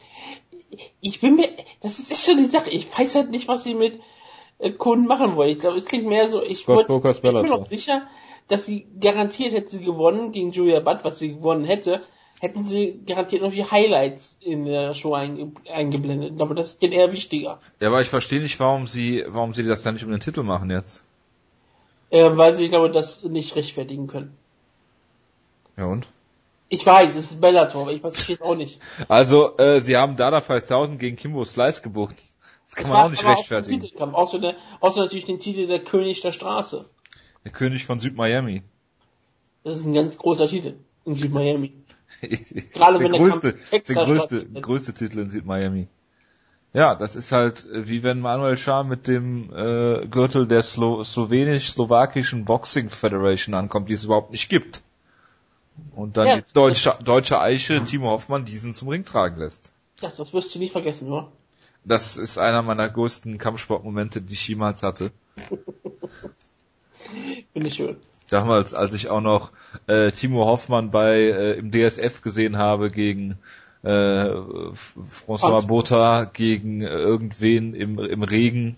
Ich bin mir, das ist echt schon die Sache. Ich weiß halt nicht, was sie mit äh, Kuhn machen wollen. Ich glaube, es klingt mehr so, ich, wollt, ich bin mir noch sicher, dass sie garantiert, hätte sie gewonnen gegen Julia Budd, was sie gewonnen hätte, hätten sie garantiert noch die Highlights in der Show einge- eingeblendet. Aber das ist denen eher wichtiger. Ja, aber ich verstehe nicht, warum sie, warum sie das dann nicht um den Titel machen jetzt. Äh, weil sie, ich glaube, das nicht rechtfertigen können. Ja und? Ich weiß, es ist Bellator, aber ich verstehe es auch nicht. Also, äh, sie haben Dada fünftausend gegen Kimbo Slice gebucht. Das kann das man auch nicht rechtfertigen. Auch Titelkampf, außer, der, außer natürlich den Titel der König der Straße. Der König von Süd-Miami. Das ist ein ganz großer Titel in Süd-Miami. Gerade der wenn größte, der Texas der größte, größte Titel in Süd-Miami. Ja, das ist halt wie wenn Manuel Schah mit dem äh, Gürtel der Slo- slowenisch-slowakischen Boxing Federation ankommt, die es überhaupt nicht gibt. Und dann ja, die deutsche, deutsche Eiche Timo Hoffmann diesen zum Ring tragen lässt. Das, das wirst du nie vergessen, oder? Das ist einer meiner größten Kampfsportmomente, die ich jemals hatte. Finde ich schön. Damals, als ich auch noch äh, Timo Hoffmann bei äh, im D S F gesehen habe gegen äh, François Botha gegen äh, irgendwen im im Regen.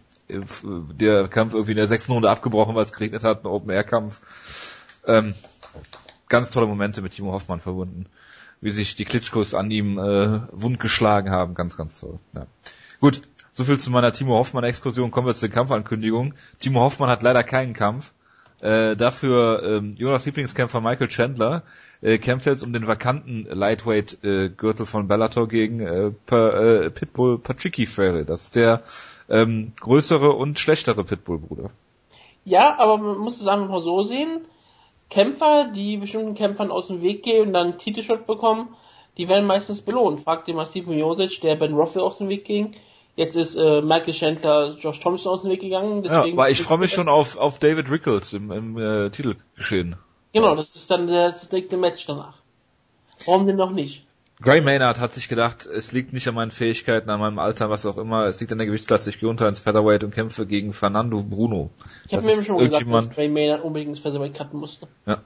Der Kampf irgendwie in der sechsten Runde abgebrochen, weil es geregnet hat, ein Open-Air-Kampf. Ähm, ganz tolle Momente mit Timo Hoffmann verbunden. Wie sich die Klitschkos an ihm äh, wundgeschlagen haben. Ganz, ganz toll. Ja. Gut, soviel zu meiner Timo Hoffmann-Exkursion. Kommen wir zu den Kampfankündigungen. Timo Hoffmann hat leider keinen Kampf. Äh, dafür ähm, Jonas Lieblingskämpfer Michael Chandler äh, kämpft jetzt um den vakanten Lightweight-Gürtel äh, von Bellator gegen äh, per, äh, Pitbull Patricky Freire. Das ist der ähm, größere und schlechtere Pitbull-Bruder. Ja, aber man muss es einfach mal so sehen. Kämpfer, die bestimmten Kämpfern aus dem Weg gehen und dann einen Titelshot bekommen, die werden meistens belohnt. Fragt den mal Steve Miocic, der Ben Rothwell aus dem Weg ging. Jetzt ist äh, Michael Chandler Josh Thompson aus dem Weg gegangen. Deswegen ja, aber ich freue mich schon auf auf David Rickles im, im äh, Titelgeschehen. Genau, das ist dann das nächste Match danach. Warum denn noch nicht? Gray Maynard hat sich gedacht, es liegt nicht an meinen Fähigkeiten, an meinem Alter, was auch immer, es liegt an der Gewichtsklasse, ich gehe unter ins Featherweight und kämpfe gegen Fernando Bruno. Ich habe mir schon gesagt, dass Gray Maynard unbedingt ins Featherweight cutten musste. Ja.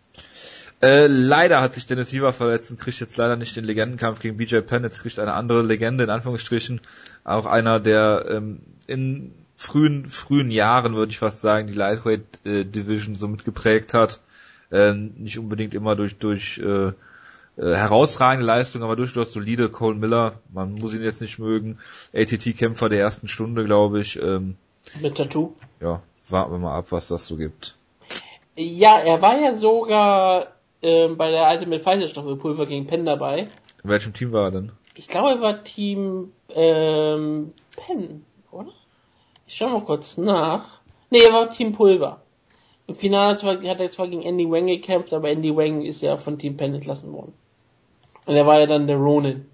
Äh, leider hat sich Dennis Weaver verletzt und kriegt jetzt leider nicht den Legendenkampf gegen B J Penn, jetzt kriegt eine andere Legende, in Anführungsstrichen, auch einer, der ähm, in frühen frühen Jahren, würde ich fast sagen, die Lightweight äh, Division so mitgeprägt hat, äh, nicht unbedingt immer durch durch äh, äh, herausragende Leistung, aber durchaus solide. Cole Miller, man muss ihn jetzt nicht mögen, A T T-Kämpfer der ersten Stunde, glaube ich. Ähm, Mit Tattoo? Ja, warten wir mal ab, was das so gibt. Ja, er war ja sogar ähm, bei der Ultimate Fighter Staffel Pulver gegen Penn dabei. In welchem Team war er denn? Ich glaube, er war Team ähm, Penn, oder? Ich schau mal kurz nach. Nee, er war Team Pulver. Im Finale zwar, hat er zwar gegen Andy Wang gekämpft, aber Andy Wang ist ja von Team Penn entlassen worden. Und er war ja dann der Ronin.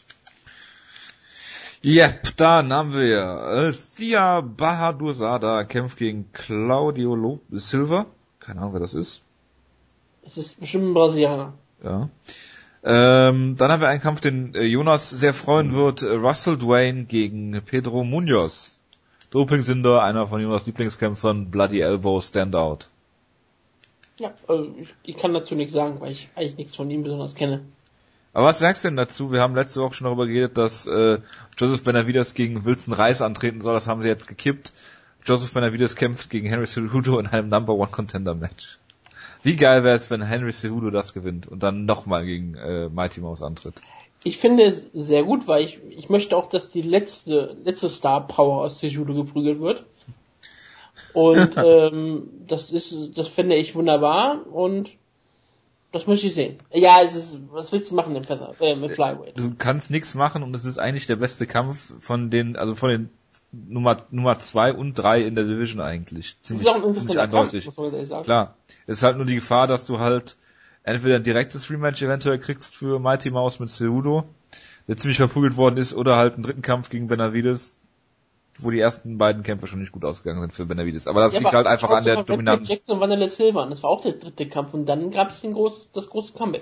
Yep, dann haben wir äh, Sia Bahadurzada kämpft gegen Claudio Lo- Silva. Keine Ahnung, wer das ist. Das ist bestimmt ein Brasilianer. Ja. Ähm, dann haben wir einen Kampf, den äh, Jonas sehr freuen wird. Äh, Russell Dwayne gegen Pedro Munoz. Doping-Sünder, einer von Jonas Lieblingskämpfern, Bloody Elbow Standout. Ja, also ich, ich kann dazu nichts sagen, weil ich eigentlich nichts von ihm besonders kenne. Aber was sagst du denn dazu? Wir haben letzte Woche schon darüber geredet, dass äh, Joseph Benavidez gegen Wilson Reis antreten soll. Das haben sie jetzt gekippt. Joseph Benavidez kämpft gegen Henry Cejudo in einem Number One Contender Match. Wie geil wäre es, wenn Henry Cejudo das gewinnt und dann nochmal gegen äh, Mighty Mouse antritt? Ich finde es sehr gut, weil ich ich möchte auch, dass die letzte letzte Star Power aus Cejudo geprügelt wird. Und ähm, das ist das finde ich wunderbar und das möchte ich sehen. Ja, es ist, was willst du machen im Feather, äh, mit Flyweight? Du kannst nichts machen und es ist eigentlich der beste Kampf von den, also von den Nummer Nummer zwei und drei in der Division eigentlich. Ziemlich, das ist auch ein ziemlich eindeutig. Kampf, muss man ehrlich sagen. Klar. Es ist halt nur die Gefahr, dass du halt entweder ein direktes Rematch eventuell kriegst für Mighty Mouse mit Cejudo, der ziemlich verprügelt worden ist, oder halt einen dritten Kampf gegen Benavidez, wo die ersten beiden Kämpfe schon nicht gut ausgegangen sind für Benavidez. Aber das ja, liegt aber halt einfach an der Dominanz. Jackson und Vanilla Silva, und das war auch der dritte Kampf, und dann gab es den groß, das große Comeback.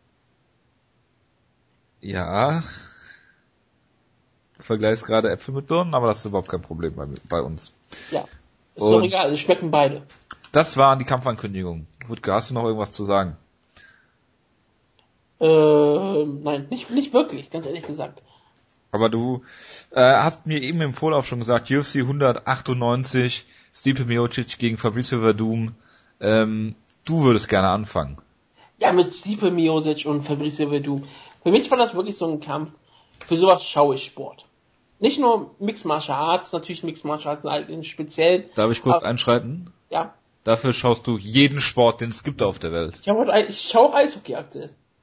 Ja. Du vergleichst gerade Äpfel mit Birnen, aber das ist überhaupt kein Problem bei, bei uns. Ja. Ist und doch egal, es schmecken beide. Das waren die Kampfankündigungen. Wutke, hast du noch irgendwas zu sagen? Äh, nein, nicht, nicht wirklich, ganz ehrlich gesagt. Aber du äh, hast mir eben im Vorlauf schon gesagt, U F C hundertachtundneunzig, Stipe Miocic gegen Fabricio Verdum. Ähm, du würdest gerne anfangen. Ja, mit Stipe Miocic und Fabricio Verdum. Für mich war das wirklich so ein Kampf. Für sowas schaue ich Sport. Nicht nur Mixed Martial Arts, natürlich Mixed Martial Arts speziell. Darf ich kurz aber, einschreiten? Ja. Dafür schaust du jeden Sport, den es gibt auf der Welt. Ich, hab, ich schaue auch Eishockey aktuell.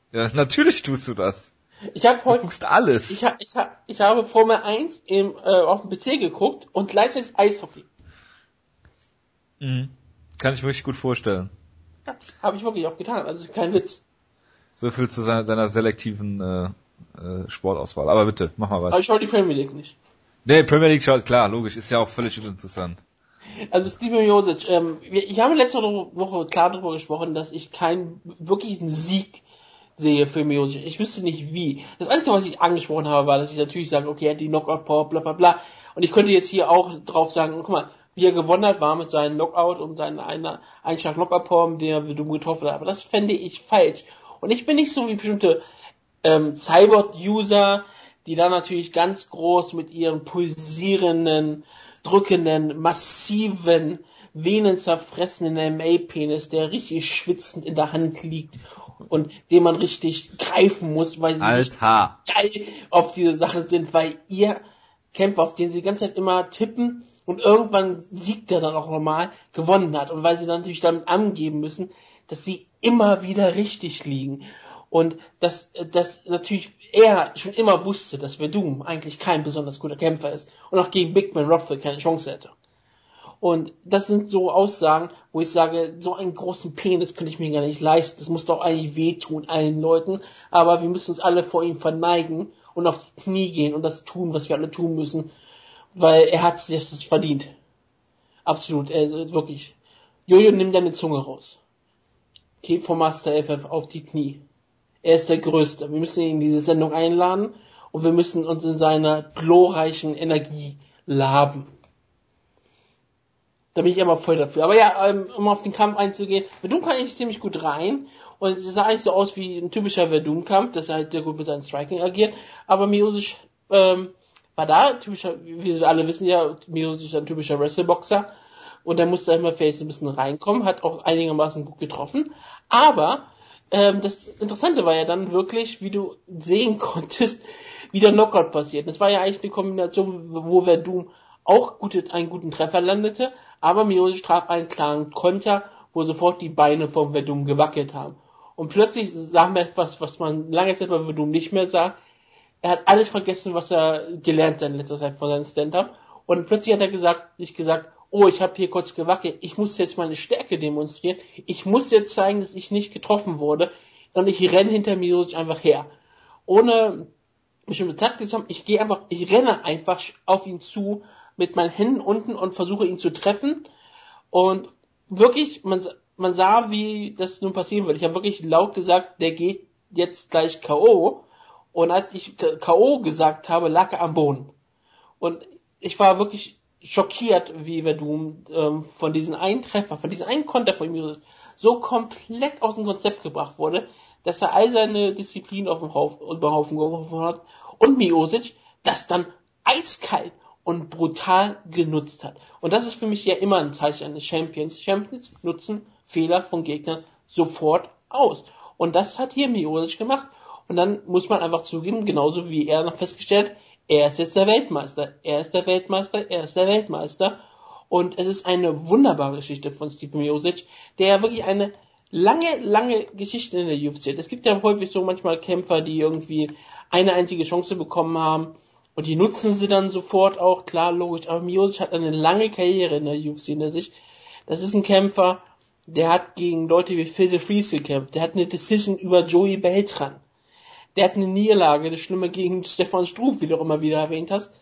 Ja, natürlich tust du das. Ich habe heute, du guckst alles. Ich, ha, ich, ha, ich habe Formel eins im, äh, auf dem P C geguckt und gleichzeitig Eishockey. Mhm. Kann ich mir richtig gut vorstellen. Ja, habe ich wirklich auch getan, also kein Witz. So viel zu seiner, deiner selektiven äh, äh, Sportauswahl. Aber bitte, mach mal weiter. Aber ich schaue die Premier League nicht. Nee, Premier League schaut, klar, logisch, ist ja auch völlig uninteressant. Also Steve Miocic, ähm, ich habe letzte Woche klar darüber gesprochen, dass ich keinen wirklichen Sieg sehe für Miocic. Ich wüsste nicht wie. Das Einzige, was ich angesprochen habe, war, dass ich natürlich sage, okay, er hat die Knockout-Power, bla bla bla. Und ich könnte jetzt hier auch drauf sagen, guck mal, wie er gewonnen hat, war mit seinem Knockout und seinem Einschlag-Knockout-Power, mit dem er Verdum getroffen hat. Aber das fände ich falsch. Und ich bin nicht so wie bestimmte ähm, Cyborg-User, die dann natürlich ganz groß mit ihren pulsierenden, drückenden, massiven, venenzerfressenen M M A-Penis, der richtig schwitzend in der Hand liegt und den man richtig greifen muss, weil sie Alter. geil auf diese Sache sind, weil ihr Kämpfer, auf den sie die ganze Zeit immer tippen und irgendwann siegt er dann auch nochmal, gewonnen hat. Und weil sie dann natürlich damit angeben müssen, dass sie immer wieder richtig liegen. Und dass, dass natürlich er schon immer wusste, dass Verdum eigentlich kein besonders guter Kämpfer ist und auch gegen Big Man Rothwell keine Chance hätte. Und das sind so Aussagen, wo ich sage, so einen großen Penis könnte ich mir gar nicht leisten. Das muss doch eigentlich wehtun allen Leuten. Aber wir müssen uns alle vor ihm verneigen und auf die Knie gehen und das tun, was wir alle tun müssen. Weil er hat sich das verdient. Absolut, er, wirklich. Jojo, nimm deine Zunge raus. Geh vom Master F F auf die Knie. Er ist der Größte. Wir müssen ihn in diese Sendung einladen und wir müssen uns in seiner glorreichen Energie laben. Da bin ich immer voll dafür. Aber ja, um auf den Kampf einzugehen, Verdum kam eigentlich ziemlich gut rein und es sah eigentlich so aus wie ein typischer Verdum-Kampf, dass er halt sehr gut mit seinem Striking agiert. Aber Miocic ähm, war da, typischer, wie wir alle wissen ja, Miocic ist ein typischer Wrestleboxer und der musste immer vielleicht ein bisschen reinkommen, hat auch einigermaßen gut getroffen. Aber ähm, das Interessante war ja dann wirklich, wie du sehen konntest, wie der Knockout passiert. Das war ja eigentlich eine Kombination, wo Verdum auch gute, einen guten Treffer landete, aber Miocic traf einen klaren Konter, wo sofort die Beine vom Verdum gewackelt haben. Und plötzlich sahen wir etwas, was man lange Zeit bei Verdum nicht mehr sah. Er hat alles vergessen, was er gelernt hat in letzter Zeit von seinem Stand-Up. Und plötzlich hat er gesagt, nicht gesagt, oh, ich habe hier kurz gewackelt, ich muss jetzt meine Stärke demonstrieren, ich muss jetzt zeigen, dass ich nicht getroffen wurde, und ich renne hinter Miocic einfach her. Ohne bestimmte Taktik zu haben, ich gehe einfach, ich renne einfach auf ihn zu, mit meinen Händen unten und versuche ihn zu treffen. Und wirklich, man, man sah, wie das nun passieren wird. Ich habe wirklich laut gesagt, der geht jetzt gleich K O. Und als ich K O gesagt habe, lag er am Boden. Und ich war wirklich schockiert, wie Verdum ähm, von diesen einen Treffer, von diesem einen Konter von ihm so komplett aus dem Konzept gebracht wurde, dass er all seine Disziplin auf den Haufen, über den Haufen geworfen hat. Und Miocic das dann eiskalt und brutal genutzt hat. Und das ist für mich ja immer ein Zeichen eines Champions. Champions nutzen Fehler von Gegnern sofort aus. Und das hat hier Miocic gemacht. Und dann muss man einfach zugeben, genauso wie er noch festgestellt, er ist jetzt der Weltmeister. Er ist der Weltmeister, er ist der Weltmeister. Und es ist eine wunderbare Geschichte von Steve Miocic, der ja wirklich eine lange, lange Geschichte in der U F C hat. Es gibt ja häufig so manchmal Kämpfer, die irgendwie eine einzige Chance bekommen haben und die nutzen sie dann sofort auch, klar, logisch. Aber Miocic hat eine lange Karriere in der U F C hinter sich. Das ist ein Kämpfer, der hat gegen Leute wie Phil de Vries gekämpft. Der hat eine Decision über Joey Beltran. Der hat eine Niederlage, eine schlimme gegen Stefan Struve, wie du auch immer wieder erwähnt hast.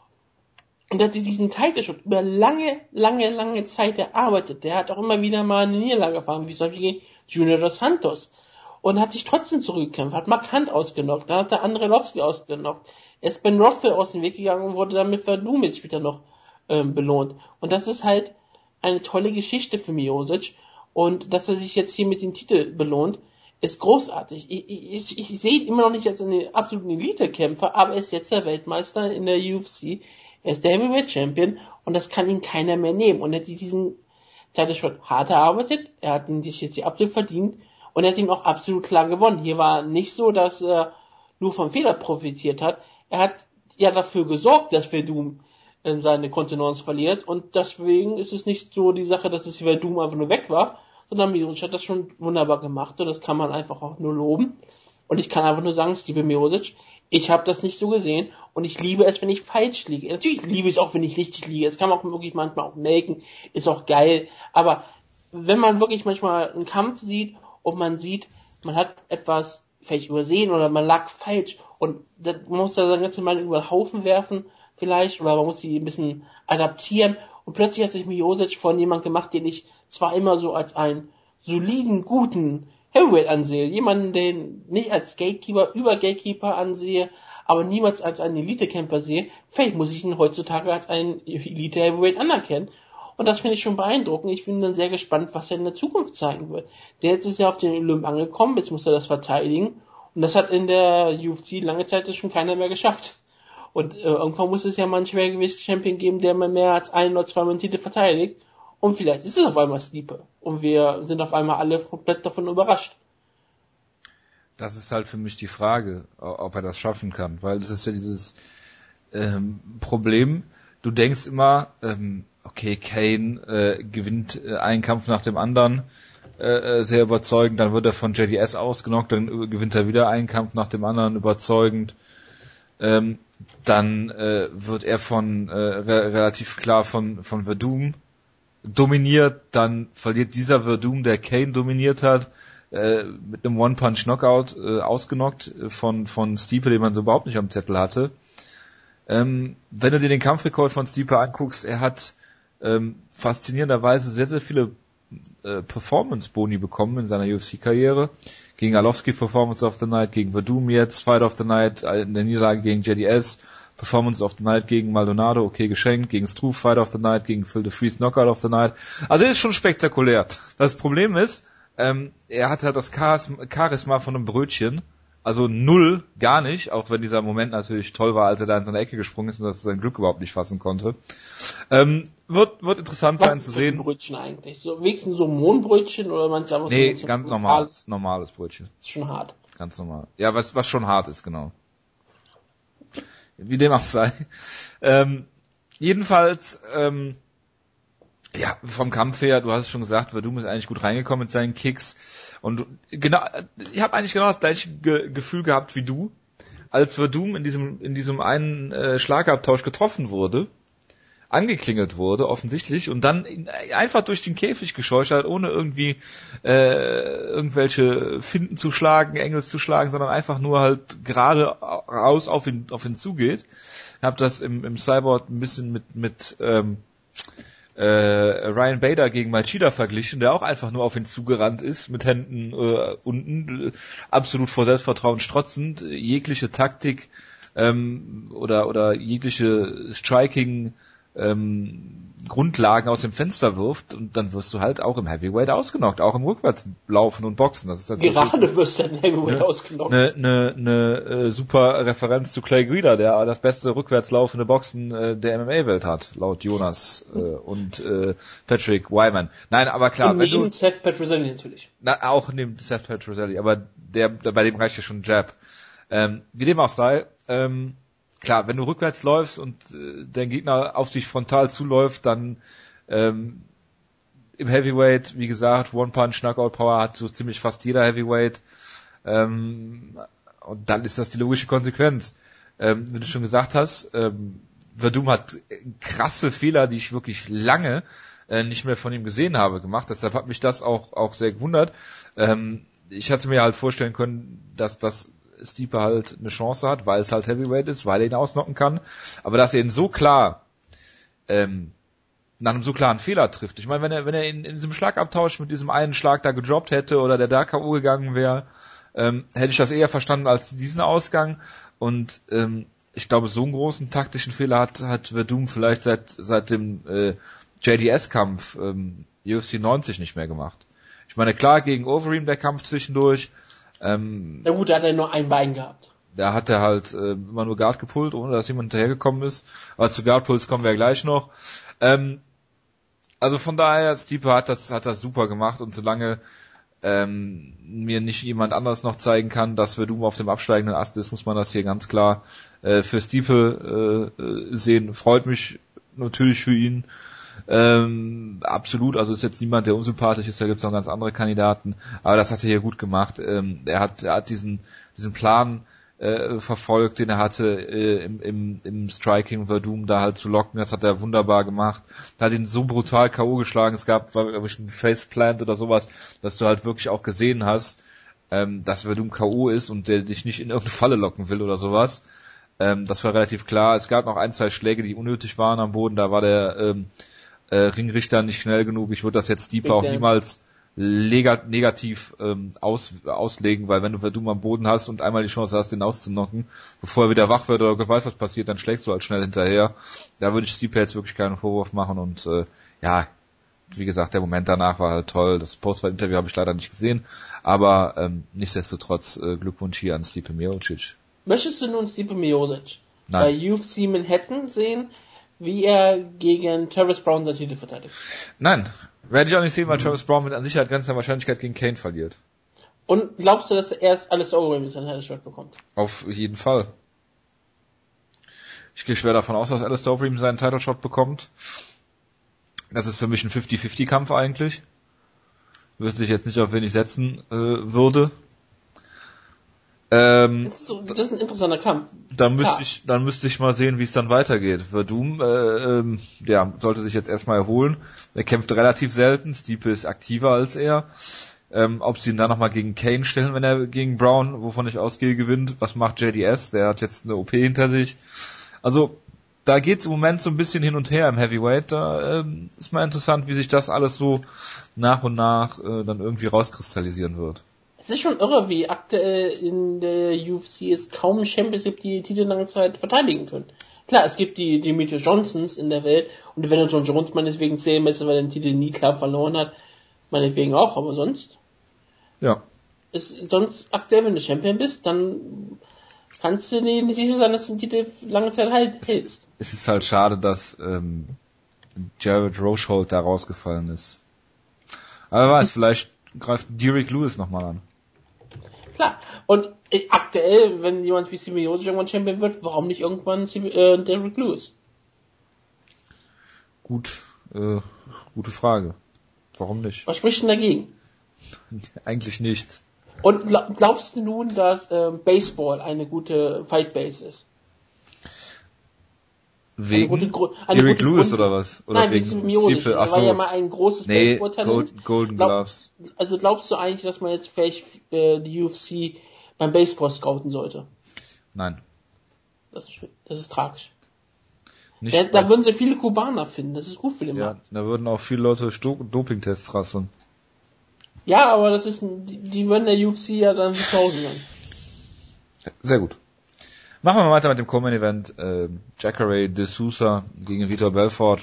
Und der hat sich diesen Titel schon über lange, lange, lange Zeit erarbeitet. Der hat auch immer wieder mal eine Niederlage erfahren, wie zum Beispiel gegen Junior dos Santos. Und hat sich trotzdem zurückgekämpft, hat Mark Hunt ausgenockt, dann hat der Andrelowski ausgenockt. Er ist Ben Rothwell aus dem Weg gegangen und wurde dann mit Verdum jetzt später noch ähm, belohnt. Und das ist halt eine tolle Geschichte für Miocic. Und dass er sich jetzt hier mit dem Titel belohnt, ist großartig. Ich, ich, ich sehe ihn immer noch nicht als einen absoluten Elite-Kämpfer, aber er ist jetzt der Weltmeister in der U F C. Er ist der Heavyweight Champion und das kann ihn keiner mehr nehmen. Und er hat diesen Title Shot hart erarbeitet, er hat ihn sich jetzt hier absolut verdient und er hat ihn auch absolut klar gewonnen. Hier war nicht so, dass er nur vom Fehler profitiert hat. Er hat ja dafür gesorgt, dass Verdum äh, seine Kontenance verliert und deswegen ist es nicht so die Sache, dass es Verdum einfach nur wegwarf, sondern Miocic hat das schon wunderbar gemacht und das kann man einfach auch nur loben. Und ich kann einfach nur sagen, Stipe Miocic, ich habe das nicht so gesehen und ich liebe es, wenn ich falsch liege. Natürlich liebe ich es auch, wenn ich richtig liege. Es kann man auch wirklich manchmal auch melken, ist auch geil. Aber wenn man wirklich manchmal einen Kampf sieht und man sieht, man hat etwas vielleicht übersehen oder man lag falsch und dann muss da seine ganze Meinung über den Haufen werfen vielleicht oder man muss sie ein bisschen adaptieren und plötzlich hat sich Miocic von jemand gemacht, den ich zwar immer so als einen soliden, guten Heavyweight ansehe, jemanden, den nicht als Gatekeeper, über Gatekeeper ansehe, aber niemals als einen Elite-Kämpfer sehe, vielleicht muss ich ihn heutzutage als einen Elite-Heavyweight anerkennen. Und das finde ich schon beeindruckend. Ich bin dann sehr gespannt, was er in der Zukunft zeigen wird. Der jetzt ist ja auf den Olymp angekommen, jetzt muss er das verteidigen. Und das hat in der U F C lange Zeit schon keiner mehr geschafft. Und äh, irgendwann muss es ja mal einen Schwergewichts-Champion geben, der mal mehr als ein oder zwei Mal einen Titel verteidigt. Und vielleicht ist es auf einmal Stipe. Und wir sind auf einmal alle komplett davon überrascht. Das ist halt für mich die Frage, ob er das schaffen kann. Weil das ist ja dieses ähm, Problem. Du denkst immer, ähm, okay, Kane äh, gewinnt äh, einen Kampf nach dem anderen äh, sehr überzeugend. Dann wird er von J D S ausgenockt. Dann gewinnt er wieder einen Kampf nach dem anderen überzeugend. Ähm, dann äh, wird er von äh, re- relativ klar von von Verdum dominiert, dann verliert dieser Verdum, der Kane dominiert hat, äh, mit einem One-Punch-Knockout äh, ausgenockt von von Stipe, den man so überhaupt nicht am Zettel hatte. Ähm, wenn du dir den Kampfrekord von Stipe anguckst, er hat ähm, faszinierenderweise sehr, sehr viele äh, Performance-Boni bekommen in seiner U F C-Karriere. Gegen Arlovski Performance of the Night, gegen Verdum jetzt, Fight of the Night, in der Niederlage gegen J D S, Performance of the Night gegen Maldonado, okay, geschenkt, gegen Struve, Fight of the Night, gegen Phil DeFries, Knockout of the Night. Also er ist schon spektakulär. Das Problem ist, ähm, er hat halt das Charisma von einem Brötchen, also null, gar nicht, auch wenn dieser Moment natürlich toll war, als er da in seine Ecke gesprungen ist und das sein Glück überhaupt nicht fassen konnte. Ähm, wird, wird interessant Was sein zu sehen. Was ist ein Brötchen eigentlich? So, wenigstens so ein Mohnbrötchen oder manchmal was? Nee, so ganz normales, normales Brötchen. Ist schon hart. Ganz normal. Ja, was, was schon hart ist, genau. Wie dem auch sei. Ähm, jedenfalls, ähm, ja, vom Kampf her, du hast es schon gesagt, Verdum ist eigentlich gut reingekommen mit seinen Kicks. Und genau, ich habe eigentlich genau das gleiche Ge- Gefühl gehabt wie du, als Verdum in diesem in diesem einen äh, Schlagabtausch getroffen wurde, angeklingelt wurde offensichtlich und dann einfach durch den Käfig gescheucht hat, ohne irgendwie äh, irgendwelche Finten zu schlagen, Engels zu schlagen, sondern einfach nur halt gerade raus auf ihn auf ihn zugeht. Ich habe das im im Cyborg ein bisschen mit mit ähm, äh, Ryan Bader gegen Machida verglichen, der auch einfach nur auf ihn zugerannt ist, mit Händen äh, unten, äh, absolut vor Selbstvertrauen strotzend, jegliche Taktik ähm, oder oder jegliche Striking ähm, Grundlagen aus dem Fenster wirft und dann wirst du halt auch im Heavyweight ausgenockt, auch im Rückwärtslaufen und Boxen. Das ist halt Gerade so wirst du im Heavyweight ne, ausgenockt. Eine ne, ne, äh, super Referenz zu Clay Guida, der das beste rückwärtslaufende Boxen äh, der M M A-Welt hat, laut Jonas äh, und äh, Patrick Wyman. Nein, aber klar. Und neben Seth Petrozelli natürlich. Na, auch neben Seth Petrozelli, aber der, der bei dem reicht ja schon ein Jab. Ähm, wie dem auch sei, ähm, klar, wenn du rückwärts läufst und äh, dein Gegner auf dich frontal zuläuft, dann ähm, im Heavyweight, wie gesagt, One-Punch, Knockout-Power hat so ziemlich fast jeder Heavyweight. Ähm, und dann ist das die logische Konsequenz. Ähm, wie du schon gesagt hast, ähm, Verdum hat krasse Fehler, die ich wirklich lange äh, nicht mehr von ihm gesehen habe, gemacht. Deshalb hat mich das auch auch sehr gewundert. Ähm, ich hatte mir halt vorstellen können, dass das Stipe halt eine Chance hat, weil es halt Heavyweight ist, weil er ihn ausnocken kann. Aber dass er ihn so klar ähm, nach einem so klaren Fehler trifft. Ich meine, wenn er wenn er in, in diesem Schlagabtausch mit diesem einen Schlag da gedroppt hätte oder der da K O gegangen wäre, ähm, hätte ich das eher verstanden als diesen Ausgang. Und ähm, ich glaube, so einen großen taktischen Fehler hat hat Verdum vielleicht seit seit dem äh, J D S-Kampf ähm, U F C neunzig nicht mehr gemacht. Ich meine, klar, gegen Overeem der Kampf zwischendurch. Ähm, Na gut, da hat er nur ein Bein gehabt. Da hat er halt äh, immer nur Guard gepullt, ohne dass jemand hinterhergekommen ist. Aber zu Guard Pulls kommen wir ja gleich noch. Ähm, also von daher, Stipe hat das hat das super gemacht und solange ähm, mir nicht jemand anderes noch zeigen kann, dass Verdum auf dem absteigenden Ast ist, muss man das hier ganz klar äh, für Stipe äh, sehen. Freut mich natürlich für ihn. Ähm, absolut, also ist jetzt niemand, der unsympathisch ist, da gibt's noch ganz andere Kandidaten, aber das hat er hier gut gemacht. Ähm, er hat, er hat diesen, diesen Plan äh, verfolgt, den er hatte, äh, im, im, im Striking Verdum da halt zu locken, das hat er wunderbar gemacht. Da hat ihn so brutal K O geschlagen, es gab, war, glaube ich, ein Faceplant oder sowas, dass du halt wirklich auch gesehen hast, ähm, dass Verdum K O ist und der dich nicht in irgendeine Falle locken will oder sowas. Ähm, das war relativ klar. Es gab noch ein, zwei Schläge, die unnötig waren am Boden, da war der ähm, äh, Ringrichter nicht schnell genug. Ich würde das jetzt Stipe auch niemals lega- negativ ähm, aus, auslegen, weil wenn du Verdum am Boden hast und einmal die Chance hast, den auszunocken, bevor er wieder wach wird oder weiß, was passiert, dann schlägst du halt schnell hinterher. Da würde ich Stipe jetzt wirklich keinen Vorwurf machen und äh, ja, wie gesagt, der Moment danach war halt toll. Das Postfight-Interview habe ich leider nicht gesehen, aber ähm, nichtsdestotrotz äh, Glückwunsch hier an Stipe Miocic. Möchtest du nun Stipe Miocic Nein. bei U F C Manhattan sehen, wie er gegen Travis Brown seinen Titel verteidigt? Nein, werde ich auch nicht sehen, weil Travis Brown mit an Sicherheit ganzer Wahrscheinlichkeit gegen Kane verliert. Und glaubst du, dass er erst Alistair Overeem seinen Title Shot bekommt? Auf jeden Fall. Ich gehe schwer davon aus, dass Alistair Overeem seinen Title Shot bekommt. Das ist für mich ein fifty-fifty Kampf eigentlich. Wüsste ich jetzt nicht, auf wen ich setzen äh, würde. Ähm, das, ist so, das ist ein interessanter Kampf. Dann müsste ich, dann müsste ich mal sehen, wie es dann weitergeht. Verdum, äh, ähm, ja, sollte sich jetzt erstmal erholen. Er kämpft relativ selten. Stipe ist aktiver als er. Ähm, ob sie ihn dann nochmal gegen Kane stellen, wenn er gegen Brown, wovon ich ausgehe, gewinnt. Was macht J D S? Der hat jetzt eine O P hinter sich. Also, da geht's im Moment so ein bisschen hin und her im Heavyweight. Da ähm, ist mal interessant, wie sich das alles so nach und nach äh, dann irgendwie rauskristallisieren wird. Es ist schon irre, wie aktuell in der U F C es kaum Champions gibt, die Titel lange Zeit verteidigen können. Klar, es gibt die Demetrius Johnsons in der Welt und wenn John Jones meinetwegen zählen müsste, weil er den Titel nie klar verloren hat, meinetwegen auch, aber sonst? Ja. Ist, sonst aktuell, wenn du Champion bist, dann kannst du dir nicht sicher sein, dass du den Titel lange Zeit halt hältst. Es ist halt schade, dass ähm, Jared Rochold da rausgefallen ist. Aber wer weiß, vielleicht greift Derek Lewis nochmal an. Klar. Und äh, aktuell, wenn jemand wie Stipe Miocic irgendwann Champion wird, warum nicht irgendwann äh, Derek Lewis? Gut, äh, gute Frage. Warum nicht? Was spricht denn dagegen? Eigentlich nichts. Und glaub, glaubst du nun, dass ähm, Baseball eine gute Fight-Base ist? Wegen eine gute, eine Derek gute Lewis Grund- oder was? Oder Nein, wegen wegen Miocic. Stipe? Er Ach war ja so. mal ein großes Nee, Baseball-Talent. Golden, Golden Glaub- Gloves. Also glaubst du eigentlich, dass man jetzt vielleicht äh, die U F C beim Baseball scouten sollte? Nein. Das ist, das ist tragisch. Nicht Da, da würden sie viele Kubaner finden. Das ist gut für den ja, Markt. da würden auch viele Leute Sto- Dopingtests rasseln. Ja, aber das ist, die, die würden der U F C ja dann zu Hause sein. Sehr gut. Machen wir mal weiter mit dem Common Event. Äh, Jacare de Sousa gegen Vitor Belfort.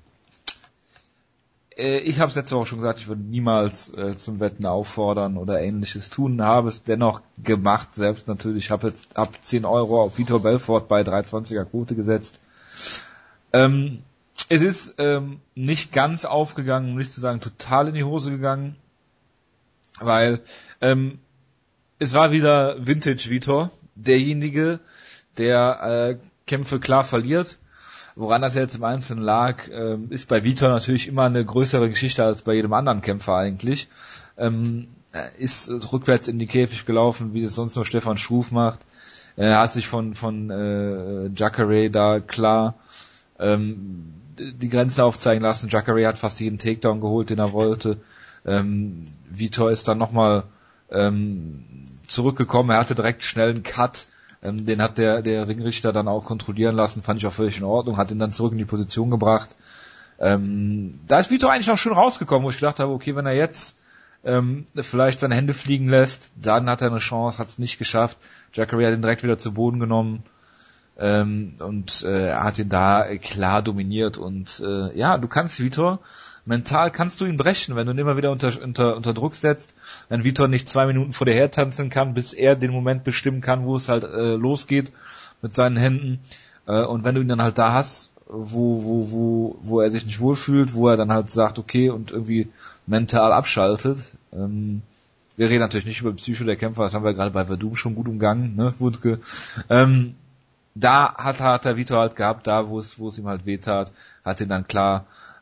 Äh, ich habe es letzte Woche schon gesagt, ich würde niemals äh, zum Wetten auffordern oder ähnliches tun. Habe es dennoch gemacht, selbst natürlich. Ich habe jetzt ab zehn Euro auf Vitor Belfort bei drei zwanziger Quote gesetzt. Ähm, es ist ähm, nicht ganz aufgegangen, um nicht zu sagen total in die Hose gegangen, weil ähm, es war wieder Vintage Vitor, derjenige, der äh, Kämpfe klar verliert. Woran das jetzt im Einzelnen lag, äh, ist bei Vitor natürlich immer eine größere Geschichte als bei jedem anderen Kämpfer eigentlich. Ähm, er ist rückwärts in die Käfig gelaufen, wie es sonst nur Stefan Struve macht. Er hat sich von von äh, Jacare da klar ähm, die Grenze aufzeigen lassen. Jacare hat fast jeden Takedown geholt, den er wollte. Ähm, Vitor ist dann nochmal ähm, zurückgekommen. Er hatte direkt schnell einen Cut. Ähm, den hat der der Ringrichter dann auch kontrollieren lassen. Fand ich auch völlig in Ordnung. Hat ihn dann zurück in die Position gebracht. Ähm, da ist Vitor eigentlich auch schön rausgekommen, wo ich gedacht habe, okay, wenn er jetzt ähm, vielleicht seine Hände fliegen lässt, dann hat er eine Chance. Hat es nicht geschafft. Jacare hat ihn direkt wieder zu Boden genommen. Ähm, und äh, er hat ihn da klar dominiert. Und äh, ja, du kannst Vitor mental kannst du ihn brechen, wenn du ihn immer wieder unter, unter, unter Druck setzt, wenn Vitor nicht zwei Minuten vor dir hertanzen kann, bis er den Moment bestimmen kann, wo es halt äh, losgeht mit seinen Händen. Äh, und wenn du ihn dann halt da hast, wo, wo, wo, wo er sich nicht wohlfühlt, wo er dann halt sagt, okay, und irgendwie mental abschaltet. Ähm, wir reden natürlich nicht über Psycho der Kämpfer, das haben wir gerade bei Verdum schon gut umgangen, ne, Wutke. Ähm, da hat, hat der Vitor halt gehabt, da wo es, wo es ihm halt wehtat, hat ihn dann klar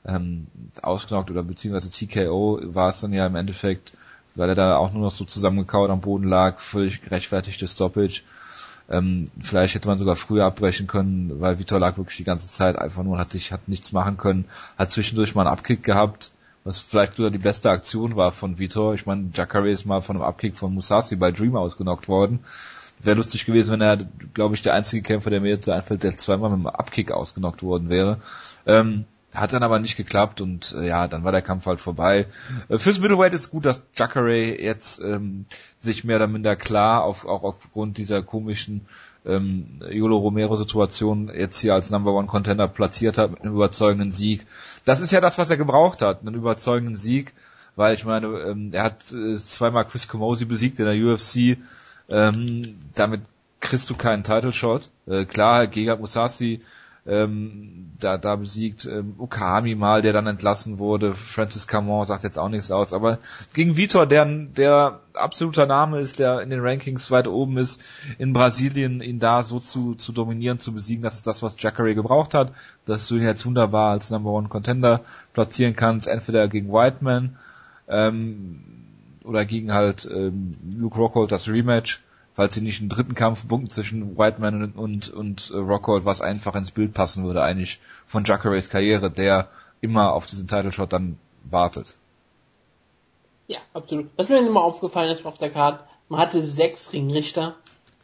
ähm, ausgenockt oder beziehungsweise T K O war es dann ja im Endeffekt, weil er da auch nur noch so zusammengekauert am Boden lag, völlig gerechtfertigte Stoppage. Ähm, vielleicht hätte man sogar früher abbrechen können, weil Vitor lag wirklich die ganze Zeit einfach nur und hat, sich, hat nichts machen können, hat zwischendurch mal einen Abkick gehabt, was vielleicht sogar die beste Aktion war von Vitor. Ich meine, Jacare ist mal von einem Abkick von Musashi bei Dream ausgenockt worden. Wäre lustig gewesen, wenn er, glaube ich, der einzige Kämpfer, der mir jetzt so einfällt, der zweimal mit einem Abkick ausgenockt worden wäre. Ähm, Hat dann aber nicht geklappt und äh, ja, dann war der Kampf halt vorbei. Äh, fürs Middleweight ist gut, dass Jacare jetzt ähm, sich mehr oder minder klar, auf, auch aufgrund dieser komischen ähm, Yolo Romero-Situation jetzt hier als Number One Contender platziert hat mit einem überzeugenden Sieg. Das ist ja das, was er gebraucht hat, einen überzeugenden Sieg, weil ich meine, ähm, er hat äh, zweimal Chris Camozzi besiegt in der U F C. Ähm, damit kriegst du keinen Title Shot. Äh, klar, Gegard Mousasi ähm, da, da besiegt, ähm, Okami mal, der dann entlassen wurde, Francis Camon sagt jetzt auch nichts aus, aber gegen Vitor, der, der absoluter Name ist, der in den Rankings weit oben ist, in Brasilien, ihn da so zu, zu dominieren, zu besiegen, das ist das, was Jacare gebraucht hat, dass du ihn jetzt wunderbar als Number One Contender platzieren kannst, entweder gegen Whiteman, ähm, oder gegen halt ähm, Luke Rockhold das Rematch, falls sie nicht einen dritten Kampf bunken zwischen Whiteman und und, und äh, Rockhold, was einfach ins Bild passen würde eigentlich von Jacares Karriere, der immer auf diesen Title Shot dann wartet. Ja, absolut. Was mir immer aufgefallen ist auf der Karte, man hatte sechs Ringrichter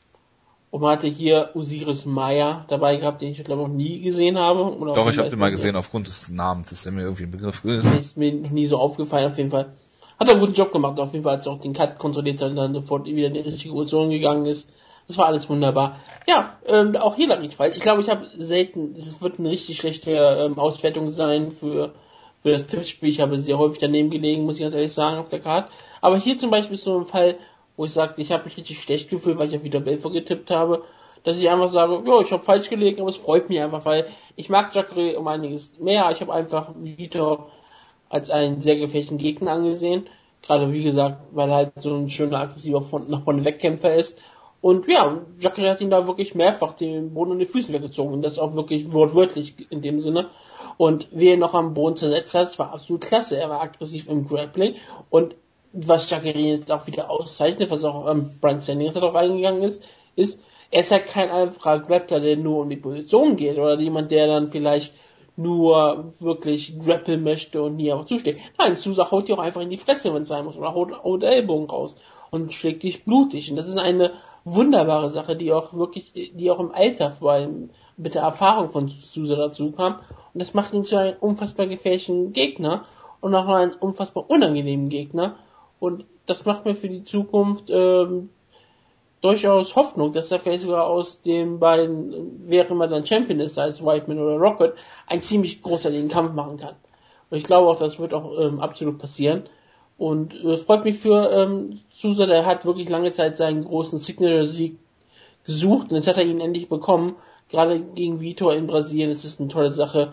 und man hatte hier Osiris Meyer dabei gehabt, den ich glaube noch nie gesehen habe. Oder Doch, ich habe den mal gesehen, aufgrund des Namens ist er mir irgendwie ein Begriff gewesen. Ist mir nie so aufgefallen, auf jeden Fall. Hat er einen guten Job gemacht, auf jeden Fall, als er auch den Cut kontrolliert hat und dann sofort wieder in die richtige Position gegangen ist. Das war alles wunderbar. Ja, ähm, auch hier lag nicht falsch. Ich glaube, ich habe selten, es wird eine richtig schlechte ähm, Auswertung sein für, für das Tippspiel. Ich habe sehr häufig daneben gelegen, muss ich ganz ehrlich sagen, auf der Karte. Aber hier zum Beispiel ist so ein Fall, wo ich sage, ich habe mich richtig schlecht gefühlt, weil ich auf Vitor Belfort getippt habe, dass ich einfach sage, ja, ich habe falsch gelegen, aber es freut mich einfach, weil ich mag Jacare um einiges mehr. Ich habe einfach Vitor als einen sehr gefährlichen Gegner angesehen. Gerade wie gesagt, weil er halt so ein schöner, aggressiver von, nach vorne Wegkämpfer ist. Und ja, Jacare hat ihn da wirklich mehrfach den Boden und die Füße weggezogen. Und das auch wirklich wortwörtlich in dem Sinne. Und wie er noch am Boden zersetzt hat, das war absolut klasse. Er war aggressiv im Grappling. Und was Jacare jetzt auch wieder auszeichnet, was auch ähm, Brian Sanders darauf eingegangen ist, ist, er ist halt kein einfacher Grappler, der nur um die Position geht. Oder jemand, der dann vielleicht nur wirklich grappeln möchte und nie einfach zusteht. Nein, Sousa haut dir auch einfach in die Fresse, wenn es sein muss, oder haut, haut Ellbogen raus und schlägt dich blutig. Und das ist eine wunderbare Sache, die auch wirklich, die auch im Alter vor allem mit der Erfahrung von Sousa dazu kam. Und das macht ihn zu einem unfassbar gefährlichen Gegner und auch einen unfassbar unangenehmen Gegner. Und das macht mir für die Zukunft ähm, durchaus Hoffnung, dass er vielleicht sogar aus den beiden, wer immer dann Champion ist, sei es Whiteman oder Rocket, einen ziemlich großartigen Kampf machen kann. Und ich glaube auch, das wird auch ähm, absolut passieren. Und es äh, freut mich für ähm, Sousa, der hat wirklich lange Zeit seinen großen Signature-Sieg gesucht und jetzt hat er ihn endlich bekommen. Gerade gegen Vitor in Brasilien ist es eine tolle Sache.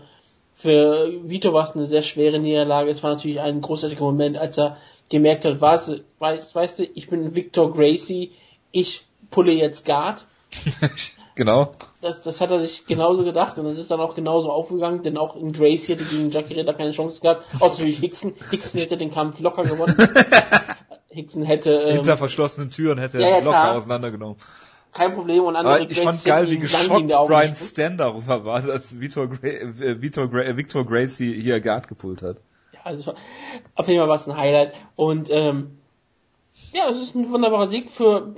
Für Vitor war es eine sehr schwere Niederlage. Es war natürlich ein großartiger Moment, als er gemerkt hat, weißt, weißt, weißt du, ich bin Victor Gracie, ich pulle jetzt Guard. Genau. Das, das hat er sich genauso gedacht und es ist dann auch genauso aufgegangen, denn auch in Gracie hätte gegen Jacare da keine Chance gehabt. Außer natürlich Hickson. Hickson hätte den Kampf locker gewonnen. Hickson hätte... Ähm, hinter verschlossenen Türen hätte ja, er ja, locker klar. auseinandergenommen. Kein Problem. Und andere Aber ich fand geil, wie geschockt Brian Stan darüber war, dass Vitor, Gra- äh, Vitor, Gra- äh, Victor Gracie hier Guard gepullt hat. Ja, also auf jeden Fall war es ein Highlight. Und ähm, ja, es ist ein wunderbarer Sieg für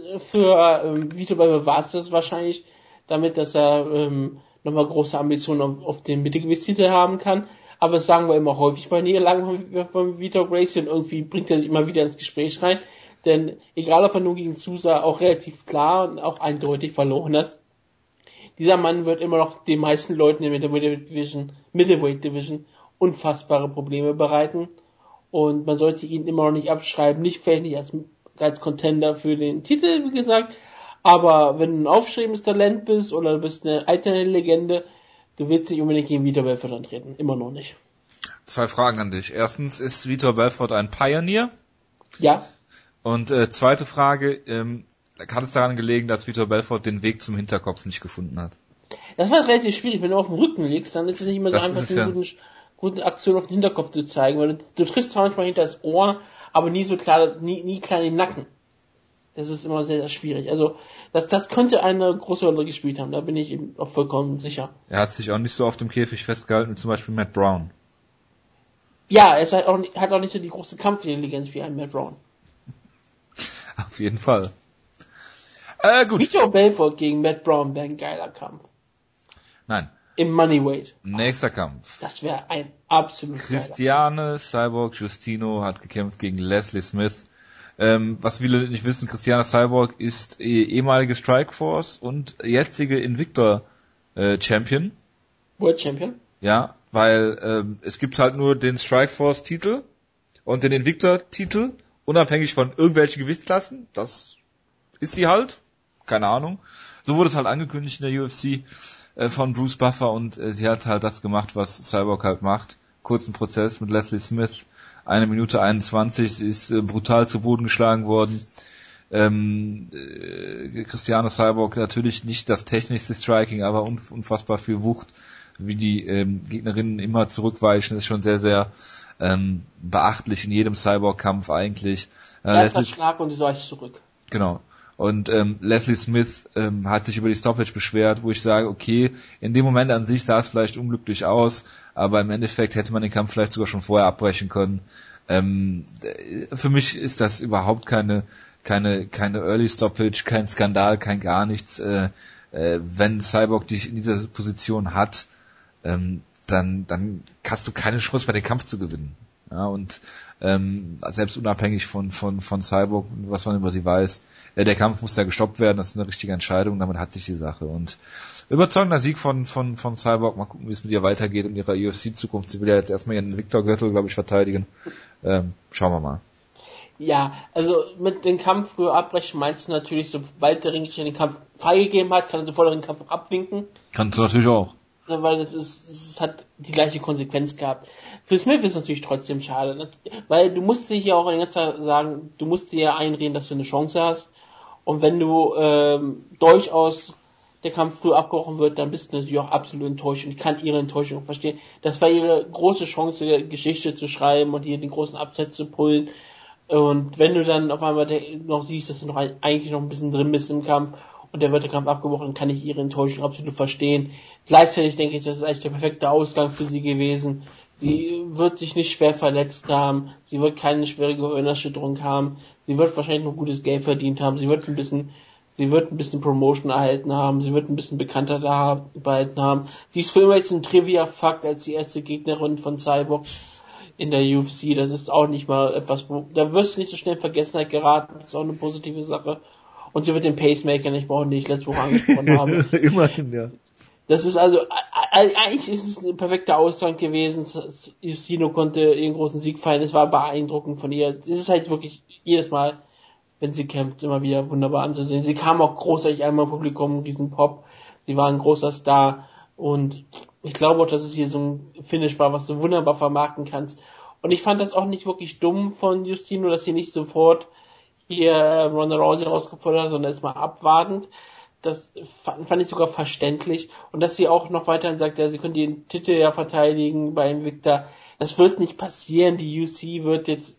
für ähm, Vitor Belfort war es das wahrscheinlich, damit, dass er ähm, nochmal große Ambitionen auf, auf den Mittelgewichtstitel haben kann. Aber das sagen wir immer häufig bei Niederlagen von, von Vitor Gracie und irgendwie bringt er sich immer wieder ins Gespräch rein. Denn egal, ob er nun gegen Sousa auch relativ klar und auch eindeutig verloren hat, dieser Mann wird immer noch den meisten Leuten in der Middleweight Division, Middleweight Division unfassbare Probleme bereiten. Und man sollte ihn immer noch nicht abschreiben, nicht vielleicht nicht als, als Contender für den Titel, wie gesagt, aber wenn du ein aufstrebendes Talent bist oder du bist eine alternde Legende, du willst nicht unbedingt gegen Vitor Belfort antreten. Immer noch nicht. Zwei Fragen an dich. Erstens, ist Vitor Belfort ein Pioneer? Ja. Und äh, zweite Frage, ähm, hat es daran gelegen, dass Vitor Belfort den Weg zum Hinterkopf nicht gefunden hat? Das war relativ schwierig. Wenn du auf dem Rücken liegst, dann ist es nicht immer so das einfach, den ja. guten, gute Aktion auf den Hinterkopf zu zeigen, weil du, du triffst zwar manchmal hinter das Ohr, aber nie so klar, nie, nie klar in den Nacken. Das ist immer sehr, sehr schwierig. Also, das, das könnte eine große Rolle gespielt haben, da bin ich eben auch vollkommen sicher. Er hat sich auch nicht so auf dem Käfig festgehalten wie zum Beispiel Matt Brown. Ja, er ist halt auch, hat auch nicht so die große Kampfintelligenz wie ein Matt Brown. Auf jeden Fall. Äh, gut. Vitor Belfort gegen Matt Brown wäre ein geiler Kampf. Nein. Im Moneyweight. Nächster Kampf. Das wäre ein absolut Christiane Cyborg Justino hat gekämpft gegen Leslie Smith. Ähm, was viele nicht wissen, Christiane Cyborg ist eh, ehemalige Strikeforce und jetzige Invicta äh, Champion. World Champion? Ja, weil ähm, es gibt halt nur den Strikeforce Titel und den Invicta Titel, unabhängig von irgendwelchen Gewichtsklassen. Das ist sie halt. Keine Ahnung. So wurde es halt angekündigt in der U F C äh, von Bruce Buffer und äh, sie hat halt das gemacht, was Cyborg halt macht. Kurzen Prozess mit Leslie Smith. Eine Minute einundzwanzig, sie ist äh, brutal zu Boden geschlagen worden. Ähm, äh, Christiane Cyborg natürlich nicht das technischste Striking, aber unf- unfassbar viel Wucht, wie die ähm, Gegnerinnen immer zurückweichen, ist schon sehr, sehr ähm, beachtlich in jedem Cyborg-Kampf eigentlich. Äh, Erster Schlag und du weißt zurück. Genau. Und ähm, Leslie Smith ähm, hat sich über die Stoppage beschwert, wo ich sage, okay, in dem Moment an sich sah es vielleicht unglücklich aus, aber im Endeffekt hätte man den Kampf vielleicht sogar schon vorher abbrechen können. Ähm, für mich ist das überhaupt keine keine keine Early Stoppage, kein Skandal, kein gar nichts. Äh, äh, wenn Cyborg dich in dieser Position hat, ähm, dann dann hast du keine Chance mehr, den Kampf zu gewinnen. Ja, und ähm, selbst unabhängig von von von Cyborg, was man über sie weiß, äh, der Kampf muss da gestoppt werden, das ist eine richtige Entscheidung, damit hat sich die Sache. Und überzeugender Sieg von von von Cyborg, mal gucken, wie es mit ihr weitergeht in ihrer U F C-Zukunft. Sie will ja jetzt erstmal ihren Victor-Gürtel, glaube ich, verteidigen. Ähm, schauen wir mal. Ja, also mit dem Kampf früher abbrechen meinst du natürlich, sobald der Ringrichter den Kampf freigegeben hat, kann er sofort den Kampf abwinken. Kannst du natürlich auch. Weil das ist, es hat die gleiche Konsequenz gehabt. Für Smith ist es natürlich trotzdem schade, weil du musst dir hier auch die ganze Zeit sagen, du musst dir einreden, dass du eine Chance hast. Und wenn du ähm, durchaus der Kampf früh abgebrochen wird, dann bist du natürlich auch absolut enttäuscht. Und ich kann ihre Enttäuschung verstehen. Das war ihre große Chance, Geschichte zu schreiben und hier den großen Upset zu pullen. Und wenn du dann auf einmal noch siehst, dass du noch eigentlich noch ein bisschen drin bist im Kampf und der wird der Kampf abgebrochen, dann kann ich ihre Enttäuschung absolut verstehen. Gleichzeitig denke ich, das ist eigentlich der perfekte Ausgang für sie gewesen. Sie wird sich nicht schwer verletzt haben, sie wird keine schwere Gehirnerschütterung haben, sie wird wahrscheinlich noch gutes Geld verdient haben, sie wird ein bisschen, sie wird ein bisschen Promotion erhalten haben, sie wird ein bisschen bekannter da behalten haben. Sie ist für immer jetzt ein Trivia-Fakt als die erste Gegnerin von Cyborg in der U F C. Das ist auch nicht mal etwas, wo, da wirst du nicht so schnell in Vergessenheit geraten, das ist auch eine positive Sache. Und sie wird den Pacemaker nicht brauchen, den ich letzte Woche angesprochen habe. Immerhin, ja. Das ist also, eigentlich ist es ein perfekter Ausgang gewesen. Justino konnte ihren großen Sieg feiern. Es war beeindruckend von ihr. Es ist halt wirklich jedes Mal, wenn sie kämpft, immer wieder wunderbar anzusehen. Sie kam auch großartig einmal im Publikum, diesen Pop. Sie war ein großer Star. Und ich glaube auch, dass es hier so ein Finish war, was du wunderbar vermarkten kannst. Und ich fand das auch nicht wirklich dumm von Justino, dass sie nicht sofort hier Ronda Rousey rausgefordert hat, sondern erstmal abwartend. Das fand, fand ich sogar verständlich. Und dass sie auch noch weiterhin sagt, ja, sie können den Titel ja verteidigen bei Invicta. Das wird nicht passieren. Die U F C wird jetzt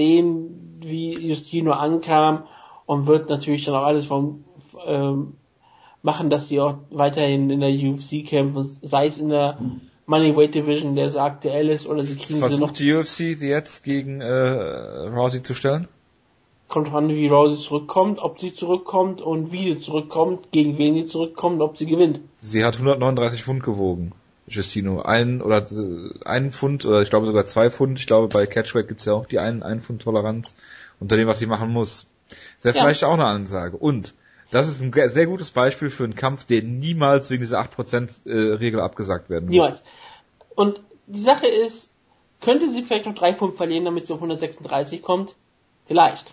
sehen, wie Justino ankam und wird natürlich dann auch alles vom ähm, machen, dass sie auch weiterhin in der U F C kämpfen, sei es in der Moneyweight Division, der sie aktuell ist, oder sie kriegen Versucht sie noch. die U F C sie jetzt gegen äh, Rousey zu stellen? Kommt dran, wie Rousey zurückkommt, ob sie zurückkommt und wie sie zurückkommt, gegen wen sie zurückkommt, ob sie gewinnt. Sie hat hundertneununddreißig Pfund gewogen, Justino. Ein oder ein Pfund, oder ich glaube sogar zwei Pfund. Ich glaube, bei Catchweight gibt's ja auch die ein, ein Pfund Toleranz unter dem, was sie machen muss. Das wäre ja vielleicht auch eine Ansage. Und das ist ein sehr gutes Beispiel für einen Kampf, der niemals wegen dieser acht Prozent Regel abgesagt werden wird. Niemals. Und die Sache ist, könnte sie vielleicht noch drei Pfund verlieren, damit sie auf hundertsechsunddreißig kommt? Vielleicht.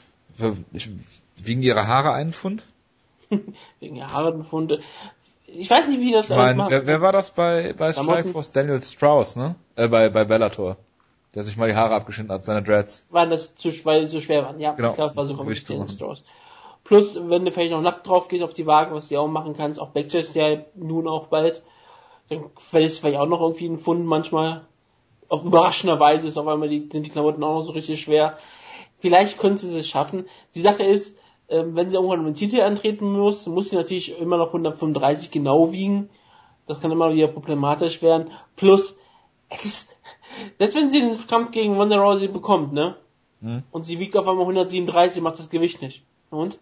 Wegen ihrer Haare einen Pfund? Wegen ihrer Haare einen Pfund. Ich weiß nicht, wie das ich mein, macht. Wer, wer war das bei, bei Strikeforce? Daniel Strauss, ne? Äh, bei, bei Bellator. Der sich mal die Haare abgeschnitten hat, seine Dreads. Waren das zu, weil sie so schwer waren? Ja, genau. Ich glaube, es war so kompliziert, Strauss. Plus, wenn du vielleicht noch nackt drauf gehst auf die Waage, was du auch machen kannst, auch Backstage ja nun auch bald, dann verlierst du vielleicht auch noch irgendwie einen Pfund manchmal. auf überraschenderweise ist auf einmal die, sind die Klamotten auch noch so richtig schwer. Vielleicht können sie es schaffen. Die Sache ist, äh, wenn sie irgendwann um den Titel antreten muss, muss sie natürlich immer noch hundertfünfunddreißig genau wiegen. Das kann immer wieder problematisch werden. Plus, es ist, selbst wenn sie den Kampf gegen Ronda Rousey bekommt, ne? Hm. Und sie wiegt auf einmal hundertsiebenunddreißig, macht das Gewicht nicht. Und?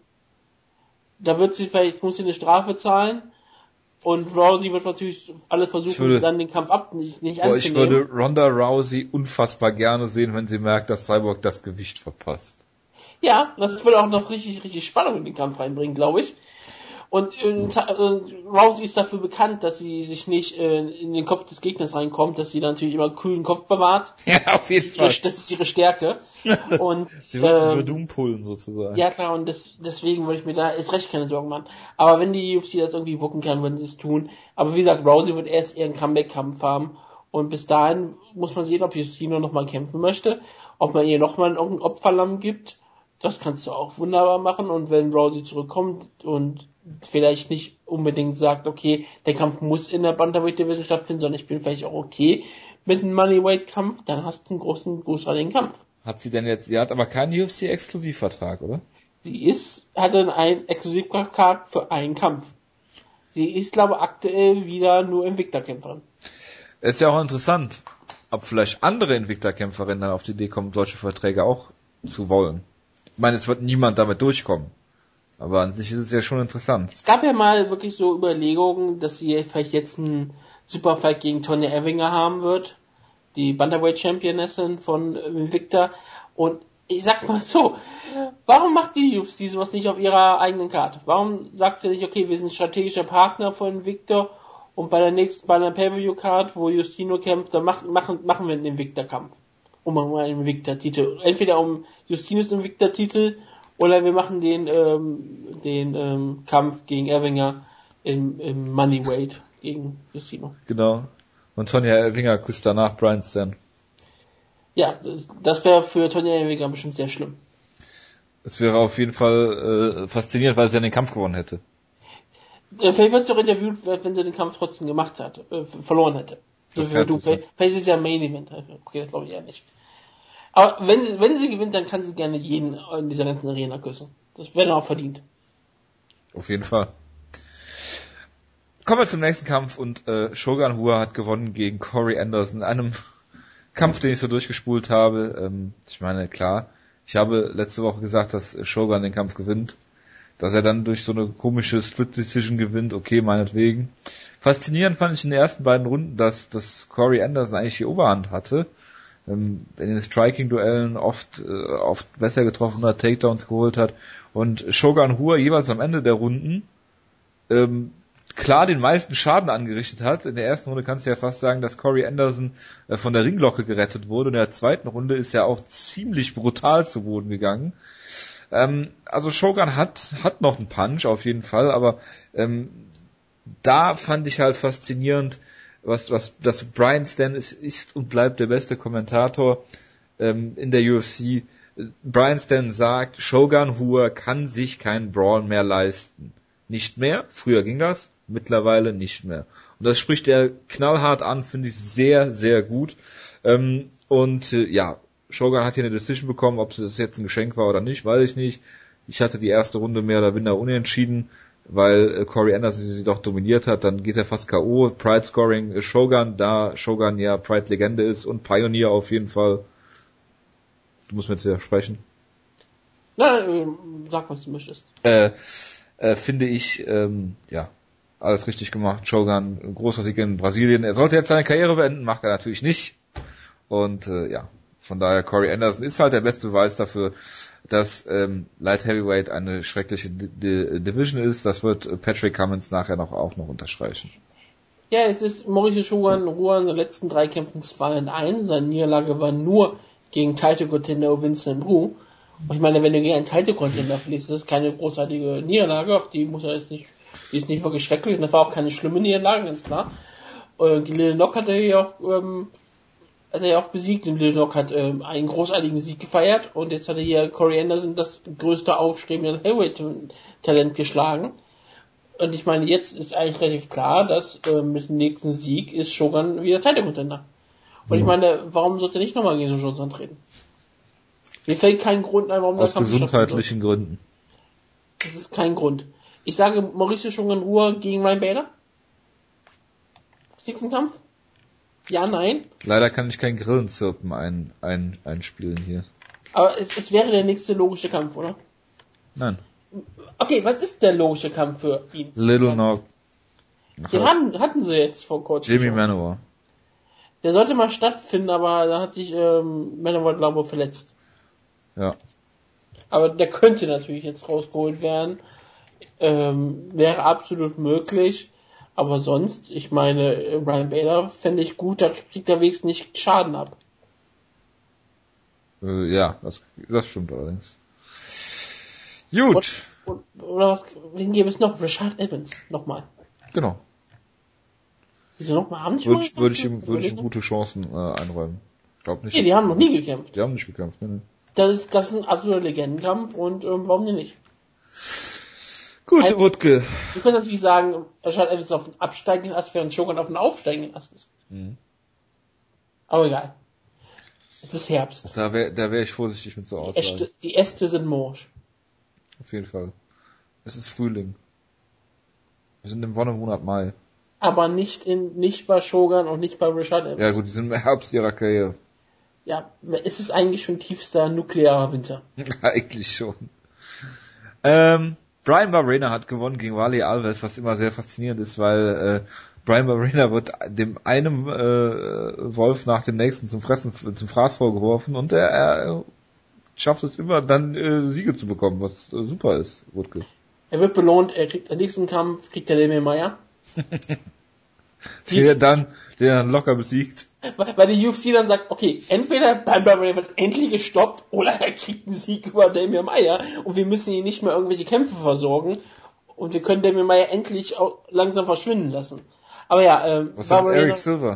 Da wird sie vielleicht, muss sie eine Strafe zahlen. Und Rousey wird natürlich alles versuchen, würde, dann den Kampf ab, nicht, nicht boah, anzunehmen. Ich würde Ronda Rousey unfassbar gerne sehen, wenn sie merkt, dass Cyborg das Gewicht verpasst. Ja, das würde auch noch richtig, richtig Spannung in den Kampf reinbringen, glaube ich. Und äh, Rousey ist dafür bekannt, dass sie sich nicht äh, in den Kopf des Gegners reinkommt, dass sie dann natürlich immer kühlen Kopf bewahrt. Ja, auf jeden Fall. Das ist ihre Stärke. Und sie wird ähm, Doom pullen sozusagen. Ja klar, und das, deswegen würde ich mir da erst recht keine Sorgen machen. Aber wenn die U F C das irgendwie booken kann, würden sie es tun. Aber wie gesagt, Rousey wird erst ihren Comeback-Kampf haben. Und bis dahin muss man sehen, ob Justino nochmal kämpfen möchte, ob man ihr nochmal irgendein Opferlamm gibt. Das kannst du auch wunderbar machen. Und wenn Rousey zurückkommt und vielleicht nicht unbedingt sagt, okay, der Kampf muss in der Bantamweight Division stattfinden, sondern ich bin vielleicht auch okay mit einem Moneyweight Kampf, dann hast du einen großen, großartigen Kampf. Hat sie denn jetzt, sie hat aber keinen U F C-Exklusivvertrag, oder? Sie ist, hat dann einen Exklusivvertrag für einen Kampf. Sie ist, glaube ich, aktuell wieder nur Invicta-Kämpferin. Ist ja auch interessant, ob vielleicht andere Invicta-Kämpferinnen dann auf die Idee kommen, solche Verträge auch zu wollen. Ich meine, es wird niemand damit durchkommen. Aber an sich ist es ja schon interessant. Es gab ja mal wirklich so Überlegungen, dass sie vielleicht jetzt einen Superfight gegen Tonya Evinger haben wird. Die Bantamweight Championessin von Invicta. Und ich sag mal so, warum macht die U F C sowas nicht auf ihrer eigenen Karte? Warum sagt sie nicht, okay, wir sind strategischer Partner von Invicta und bei der nächsten, bei einer Pay-Per-View-Card, wo Justino kämpft, dann machen, machen, machen wir einen Invicta-Kampf. Um einen Invicta-Titel. Entweder um Justinos Invicta-Titel oder wir machen den ähm, den ähm, Kampf gegen Evinger im, im Moneyweight gegen Justino. Genau. Und Tonya Evinger küsst danach Brian Stann. Ja, das wäre für Tonya Evinger bestimmt sehr schlimm. Es wäre auf jeden Fall äh, faszinierend, weil sie dann den Kampf gewonnen hätte. Äh, vielleicht wird sie auch interviewt, wenn sie den Kampf trotzdem gemacht hat, äh, verloren hätte. So wie du, vielleicht ist es ja Main Event. Okay, das glaube ich eher nicht. Aber wenn, wenn sie gewinnt, dann kann sie gerne jeden in dieser ganzen Arena küssen. Das wäre dann auch verdient. Auf jeden Fall. Kommen wir zum nächsten Kampf und äh, Shogun Rua hat gewonnen gegen Corey Anderson in einem Kampf, den ich so durchgespult habe. Ähm, ich meine, klar, ich habe letzte Woche gesagt, dass Shogun den Kampf gewinnt. Dass er dann durch so eine komische Split-Decision gewinnt, okay, meinetwegen. Faszinierend fand ich in den ersten beiden Runden, dass, dass Corey Anderson eigentlich die Oberhand hatte. In den Striking-Duellen oft äh, oft besser getroffen hat, Takedowns geholt hat und Shogun Rua jeweils am Ende der Runden ähm, klar den meisten Schaden angerichtet hat. In der ersten Runde kannst du ja fast sagen, dass Corey Anderson äh, von der Ringglocke gerettet wurde. In der zweiten Runde ist er auch ziemlich brutal zu Boden gegangen. Ähm, also Shogun hat hat noch einen Punch auf jeden Fall, aber ähm, da fand ich halt faszinierend, was, was, dass Brian Stann ist, ist und bleibt der beste Kommentator ähm, in der U F C. Brian Stann sagt, Shogun Rua kann sich keinen Brawl mehr leisten. Nicht mehr, früher ging das, mittlerweile nicht mehr. Und das spricht er knallhart an, finde ich sehr, sehr gut. Ähm, und äh, ja, Shogun hat hier eine Decision bekommen, ob es jetzt ein Geschenk war oder nicht, weiß ich nicht. Ich hatte die erste Runde mehr oder minder unentschieden, weil Corey Anderson sie doch dominiert hat, dann geht er fast K O. Pride Scoring Shogun, da Shogun ja Pride Legende ist und Pioneer auf jeden Fall. Du musst mir jetzt widersprechen. Na, äh, sag, was du möchtest. Äh, äh, finde ich, ähm, ja, alles richtig gemacht. Shogun, großer Sieg in Brasilien. Er sollte jetzt seine Karriere beenden, macht er natürlich nicht. Und äh, ja, von daher Corey Anderson ist halt der beste Beweis dafür, dass ähm, Light Heavyweight eine schreckliche D- D- Division ist. Das wird Patrick Cummins nachher noch auch noch unterstreichen. Ja, es ist Mauricio Shogun Rua in den letzten drei Kämpfen zwei und eins. Seine Niederlage war nur gegen Title Contender Vincent Bru. Und ich meine, wenn du gegen einen Title Contender verlierst, ist das keine großartige Niederlage, auf die muss er jetzt nicht, die ist nicht wirklich schrecklich. Und das war auch keine schlimme Niederlage, ganz klar. Und Lil Nock hat er hier auch ähm, hat er ja auch besiegt, und Lil Nock hat ähm, einen großartigen Sieg gefeiert, und jetzt hat er hier Corey Anderson, das größte aufstrebende Heavyweight-Talent, geschlagen. Und ich meine, jetzt ist eigentlich relativ klar, dass ähm, mit dem nächsten Sieg ist Shogun wieder Title-Contender. Und ich meine, warum sollte er nicht nochmal gegen Jones antreten? Mir fällt kein Grund ein, warum Aus das gesundheitlichen Gründen. Das ist kein Grund. Ich sage Mauricio Shogun gegen Ryan Bader. Nächsten Kampf? Ja, nein. Leider kann ich kein Grillenzirpen ein, ein, einspielen hier. Aber es, es wäre der nächste logische Kampf, oder? Nein. Okay, was ist der logische Kampf für ihn? Little Nog. Den haben, hatten sie jetzt vor kurzem. Jimmy schon. Manuwa. Der sollte mal stattfinden, aber da hat sich ähm, Manuwa, glaube ich, verletzt. Ja. Aber der könnte natürlich jetzt rausgeholt werden. Ähm, wäre absolut möglich. Aber sonst, ich meine, Ryan Bader fände ich gut, da kriegt er wenigstens nicht Schaden ab. Äh, ja, das, das stimmt allerdings. Gut. Und, und, oder was, wen gäbe es noch? Rashad Evans, nochmal. Genau. Wieso nochmal? Haben die Würde schon ich, würde ich ihm, würde ich ihm gute Chancen äh, einräumen. Ich glaube nicht. Nee, die haben noch nie gekämpft. Die haben nicht gekämpft, ne? Das ist, das ist ein absoluter Legendenkampf und ähm, warum denn nicht? Gut, Also, Wutke. Wir können natürlich sagen, Rashad Evans auf den absteigenden Ast, während Shogun auf den aufsteigenden Ast ist. Mhm. Aber egal. Es ist Herbst. Da wäre da wär ich vorsichtig mit so Die Aussagen. Äste, die Äste sind morsch. Auf jeden Fall. Es ist Frühling. Wir sind im Wonnemonat Mai. Aber nicht in, nicht bei Shogun und nicht bei Rashad Evans. Ja gut, die sind im Herbst ihrer Karriere. Ja, es ist eigentlich schon tiefster nuklearer Winter. Eigentlich schon. Ähm, Brian Barberena hat gewonnen gegen Wally Alves, was immer sehr faszinierend ist, weil äh, Brian Barberena wird dem einen äh, Wolf nach dem nächsten zum Fressen, zum Fraß vorgeworfen und er, er schafft es immer dann äh, Siege zu bekommen, was äh, super ist, Wutke. Er wird belohnt, er kriegt den nächsten Kampf, kriegt er Damian Maia. Der dann, der dann locker besiegt. Weil, weil die U F C dann sagt, okay, entweder Brian Barberena wird endlich gestoppt oder er kriegt einen Sieg über Damian Maia und wir müssen ihn nicht mehr irgendwelche Kämpfe versorgen und wir können Damian Maia endlich auch langsam verschwinden lassen. Aber ja, ähm, Was ist mit Eric Silver?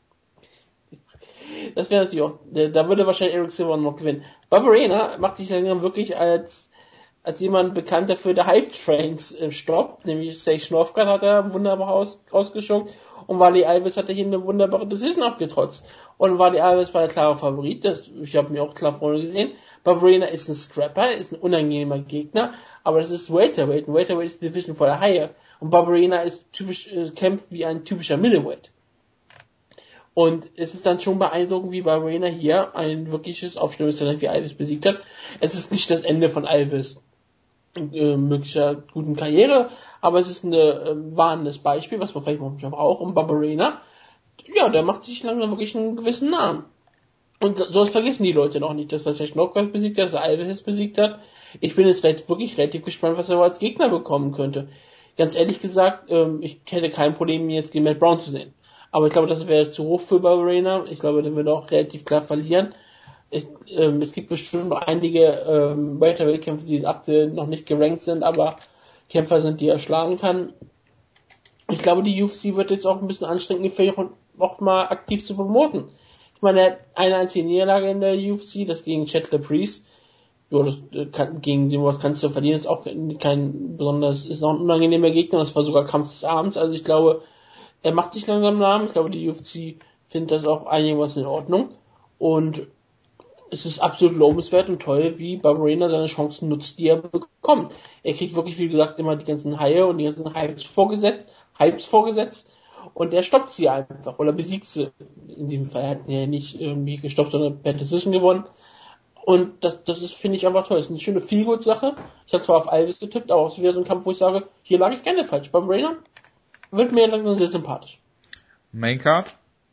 Das wäre natürlich auch, da würde wahrscheinlich Eric Silver noch gewinnen. Barberena macht sich langsam wirklich als als jemand bekannt dafür, der Hype-Trains äh, stoppt, nämlich Sage Northcutt hat er wunderbar aus, ausgeschoben und Wally Alves hat er hier eine wunderbare Decision abgetrotzt. Und Wally Alves war der klare Favorit, das, ich habe mir auch klar vorne gesehen. Barberena ist ein Scrapper, ist ein unangenehmer Gegner, aber das ist Welterweight, und Welterweight ist die Division vor der Haie. Und Barberena ist typisch, äh, kämpft wie ein typischer Middleweight. Und es ist dann schon beeindruckend, wie Barberena hier ein wirkliches Aufstellungstalent wie Alves besiegt hat. Es ist nicht das Ende von Alves äh, möglicher guten Karriere, aber es ist ein äh, warnendes Beispiel, was man vielleicht manchmal braucht. Und Barberena, ja, der macht sich langsam wirklich einen gewissen Namen. Und sonst vergessen die Leute noch nicht, dass er sich Knockout besiegt hat, dass er Alves besiegt hat. Ich bin jetzt wirklich relativ gespannt, was er als Gegner bekommen könnte. Ganz ehrlich gesagt, ähm, ich hätte kein Problem, jetzt gegen Matt Brown zu sehen. Aber ich glaube, das wäre zu hoch für Barberena. Ich glaube, der würde auch relativ klar verlieren. Ich, ähm, es gibt bestimmt noch einige ähm, Welterweight-Kämpfer, die aktuell noch nicht gerankt sind, aber Kämpfer sind, die er schlagen kann. Ich glaube, die U F C wird jetzt auch ein bisschen anstrengend, vielleicht auch mal aktiv zu promoten. Ich meine, er hat eine einzige Niederlage in der U F C, das gegen Chandler Priest. Ja, das kann, gegen den was kannst du verlieren, ist auch kein besonders, ist noch ein unangenehmer Gegner, das war sogar Kampf des Abends, also ich glaube, er macht sich langsam Namen. Ich glaube, die U F C findet das auch einigermaßen in Ordnung. Und es ist absolut lobenswert und toll, wie Barberena seine Chancen nutzt, die er bekommt. Er kriegt wirklich, wie gesagt, immer die ganzen Haie und die ganzen Hypes vorgesetzt, Hypes vorgesetzt. Und er stoppt sie einfach. Oder besiegt sie. In dem Fall hat er nicht irgendwie gestoppt, sondern per Decision gewonnen. Und das, das ist, finde ich, einfach toll. Das ist eine schöne Feelgood-Sache. Ich habe zwar auf Alves getippt, aber es ist wieder so ein Kampf, wo ich sage, hier lag ich gerne falsch. Barberena wird mir langsam sehr sympathisch. Maincard?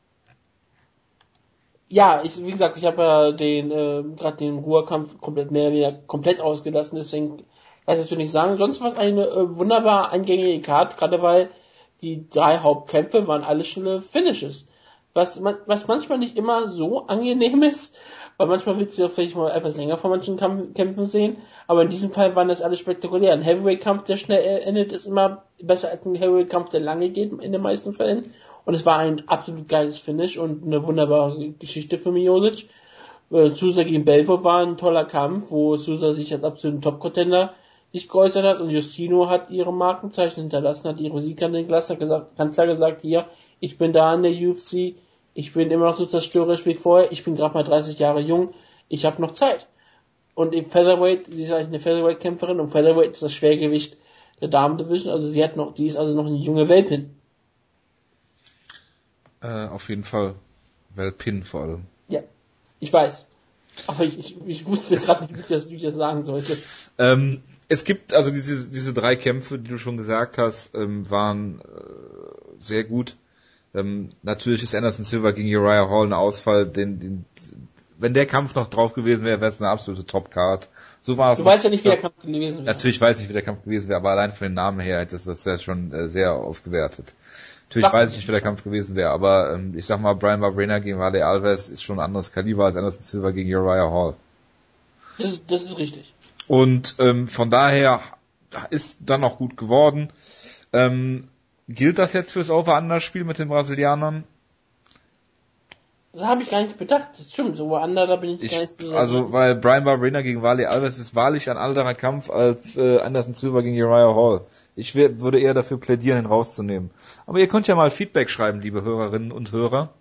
Ja, ich, wie gesagt, ich habe ja den, äh, gerade den Ruhrkampf komplett mehr oder weniger komplett ausgelassen, deswegen weiß ich das nicht sagen. Sonst war es eine äh, wunderbar eingängige Card, gerade weil die drei Hauptkämpfe waren alle schnelle Finishes. Was man, was manchmal nicht immer so angenehm ist, weil manchmal willst du ja vielleicht mal etwas länger von manchen Kampf, Kämpfen sehen, aber in diesem Fall waren das alle spektakulär. Ein Heavyweight-Kampf, der schnell endet, ist immer besser als ein Heavyweight-Kampf, der lange geht, in den meisten Fällen. Und es war ein absolut geiles Finish und eine wunderbare Geschichte für Miocic. Äh, Sousa gegen Belfort war ein toller Kampf, wo Sousa sich als absoluten Top-Contender nicht geäußert hat und Justino hat ihre Markenzeichen hinterlassen, hat ihre Sieger hinterlassen, hat gesagt, ganz klar gesagt, hier, ich bin da in der U F C, ich bin immer noch so zerstörerisch wie vorher, ich bin gerade mal dreißig Jahre jung, ich habe noch Zeit. Und im Featherweight, sie ist eigentlich eine Featherweight-Kämpferin und Featherweight ist das Schwergewicht der Damen-Division, also sie hat noch, die ist also noch eine junge Welpin. Äh, auf jeden Fall. Welpin vor allem. Ja, ich weiß. Aber ich, ich, ich wusste gerade nicht, wie ich, das, wie ich das sagen sollte. Ähm, es gibt also diese, diese drei Kämpfe, die du schon gesagt hast, ähm, waren äh, sehr gut. Ähm, natürlich ist Anderson Silva gegen Uriah Hall ein Ausfall, den, den, wenn der Kampf noch drauf gewesen wäre, wäre es eine absolute Top-Card. So war es. Du weißt ja nicht, wie der Kampf gewesen wäre. Natürlich weiß ich, wie der Kampf gewesen wäre, aber allein von den Namen her hätte das ja schon äh, sehr aufgewertet. Natürlich Sag weiß ich nicht, wie der Kampf gewesen wäre, aber ähm, ich sag mal, Brian Barberena gegen Wale Alves ist schon ein anderes Kaliber als Anderson Silva gegen Uriah Hall. Das ist, das ist richtig. Und ähm, von daher ist dann auch gut geworden. Ähm, gilt das jetzt fürs Over-Under-Spiel mit den Brasilianern? Das habe ich gar nicht bedacht. Das stimmt, so Over-Under, da bin ich, ich gar nicht so. Also, weil Brian Barberena gegen Wale Alves ist wahrlich ein anderer Kampf als äh, Anderson Silva gegen Uriah Hall. Ich wär, würde eher dafür plädieren, ihn rauszunehmen. Aber ihr könnt ja mal Feedback schreiben, liebe Hörerinnen und Hörer.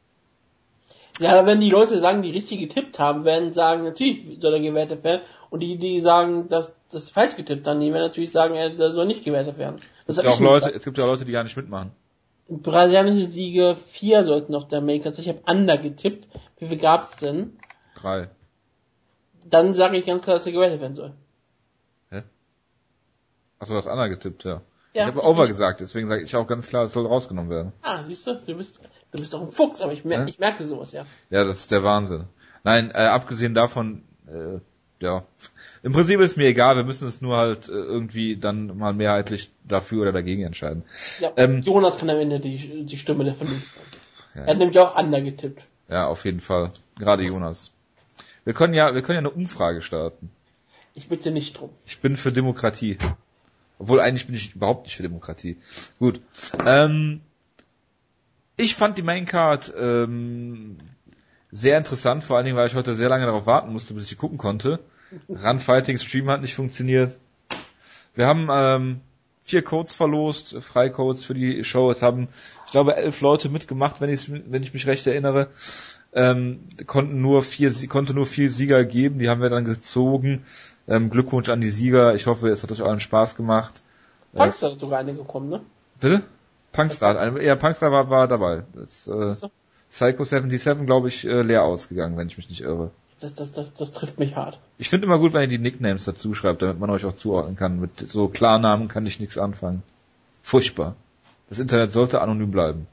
Ja, wenn die Leute sagen, die richtig getippt haben, werden sagen, natürlich soll er gewertet werden. Und die, die sagen, dass das falsch getippt haben, die werden natürlich sagen, er soll nicht gewertet werden. Das es, gibt auch Leute, es gibt ja auch Leute, die gar nicht mitmachen. Brasilianische Siege, vier sollten auf der Amerika. Ich habe Under getippt. Wie viel gab's denn? Drei. Dann sage ich ganz klar, dass er gewertet werden soll. Hä? Achso, du hast Under getippt, ja. Ja, ich habe Over gesagt, deswegen sage ich auch ganz klar, es soll rausgenommen werden. Ah, siehst du, du bist, du bist doch ein Fuchs, aber ich, mer- ja? ich merke sowas, ja. Ja, das ist der Wahnsinn. Nein, äh, abgesehen davon, äh, ja, im Prinzip ist mir egal, wir müssen es nur halt äh, irgendwie dann mal mehrheitlich dafür oder dagegen entscheiden. Ja, ähm, Jonas kann am Ende die, die Stimme der Vernunft sein. Ja. Er hat nämlich auch Under getippt. Ja, auf jeden Fall. Gerade Jonas. Wir können ja, wir können ja eine Umfrage starten. Ich bitte nicht drum. Ich bin für Demokratie. Obwohl, eigentlich bin ich überhaupt nicht für Demokratie. Gut. Ähm, ich fand die Maincard ähm, sehr interessant, vor allen Dingen, weil ich heute sehr lange darauf warten musste, bis ich die gucken konnte. Run Fighting Stream hat nicht funktioniert. Wir haben ähm, vier Codes verlost, Freicodes für die Show. Es haben, ich glaube, elf Leute mitgemacht, wenn ich, wenn ich mich recht erinnere. Ähm, konnten nur vier, konnte nur vier Sieger geben, die haben wir dann gezogen. Ähm, Glückwunsch an die Sieger. Ich hoffe, es hat euch allen Spaß gemacht. Punkstar äh, hat sogar eine gekommen, ne? Bitte? Punkstar. Ja, Punkstar war, war dabei. Das, äh, Psycho siebenundsiebzig, glaube ich, äh, leer ausgegangen, wenn ich mich nicht irre. Das, das, das, das trifft mich hart. Ich finde immer gut, wenn ihr die Nicknames dazu schreibt, damit man euch auch zuordnen kann. Mit so Klarnamen kann ich nichts anfangen. Furchtbar. Das Internet sollte anonym bleiben.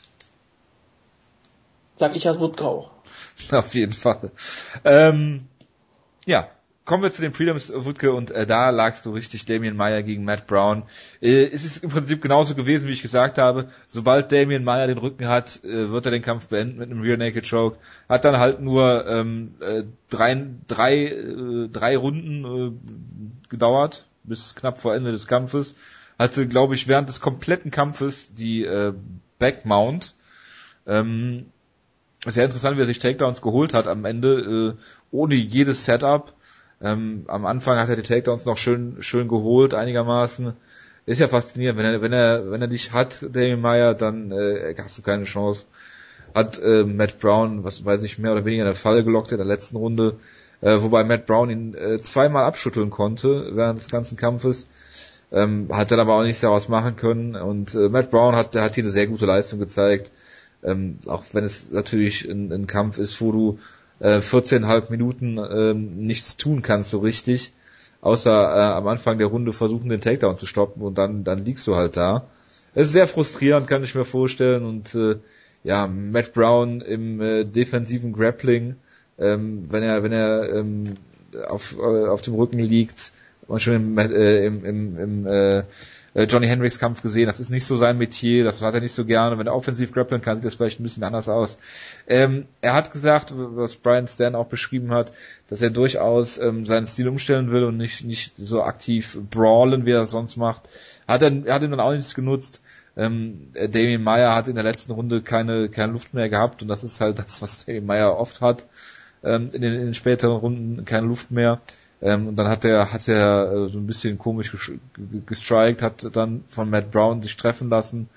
Sag ich als Wutke auch. Auf jeden Fall. Ähm, ja, kommen wir zu den Prelims, Wutke, und äh, da lagst du richtig, Damian Maia gegen Matt Brown. Äh, es ist im Prinzip genauso gewesen, wie ich gesagt habe. Sobald Damian Maia den Rücken hat, äh, wird er den Kampf beenden mit einem Rear Naked Choke. Hat dann halt nur ähm, äh, drei, drei, äh, drei Runden äh, gedauert, bis knapp vor Ende des Kampfes. Hatte, glaube ich, während des kompletten Kampfes die äh, Backmount. Ähm, sehr interessant, wie er sich Takedowns geholt hat am Ende, äh, ohne jedes Setup. Ähm, am Anfang hat er die Takedowns noch schön schön geholt, einigermaßen. Ist ja faszinierend, wenn er wenn er wenn er dich hat, Damian Maia, dann äh, hast du keine Chance. Hat äh, Matt Brown, was weiß ich, mehr oder weniger in der Falle gelockt in der letzten Runde, äh, wobei Matt Brown ihn äh, zweimal abschütteln konnte während des ganzen Kampfes. Ähm, hat dann aber auch nichts daraus machen können, und äh, Matt Brown hat der hat hier eine sehr gute Leistung gezeigt. Ähm, auch wenn es natürlich ein, ein Kampf ist, wo du äh, vierzehn Komma fünf Minuten ähm, nichts tun kannst so richtig, außer äh, am Anfang der Runde versuchen, den Takedown zu stoppen, und dann dann liegst du halt da. Es ist sehr frustrierend, kann ich mir vorstellen, und äh, ja, Matt Brown im äh, defensiven Grappling, ähm, wenn er wenn er ähm, auf äh, auf dem Rücken liegt, man schon im äh, im, im, im äh, Johnny Hendricks Kampf gesehen, das ist nicht so sein Metier, das hat er nicht so gerne. Wenn er offensiv grappeln kann, sieht das vielleicht ein bisschen anders aus. Ähm, er hat gesagt, was Brian Stan auch beschrieben hat, dass er durchaus ähm, seinen Stil umstellen will und nicht nicht so aktiv brawlen, wie er es sonst macht. Hat er, er hat ihm dann auch nichts genutzt. Ähm, Damian Maia hat in der letzten Runde keine keine Luft mehr gehabt, und das ist halt das, was Damian Maia oft hat, ähm, in, den, in den späteren Runden keine Luft mehr. Ähm, und dann hat er hat er äh, so ein bisschen komisch gestrikt, hat dann von Matt Brown sich treffen lassen.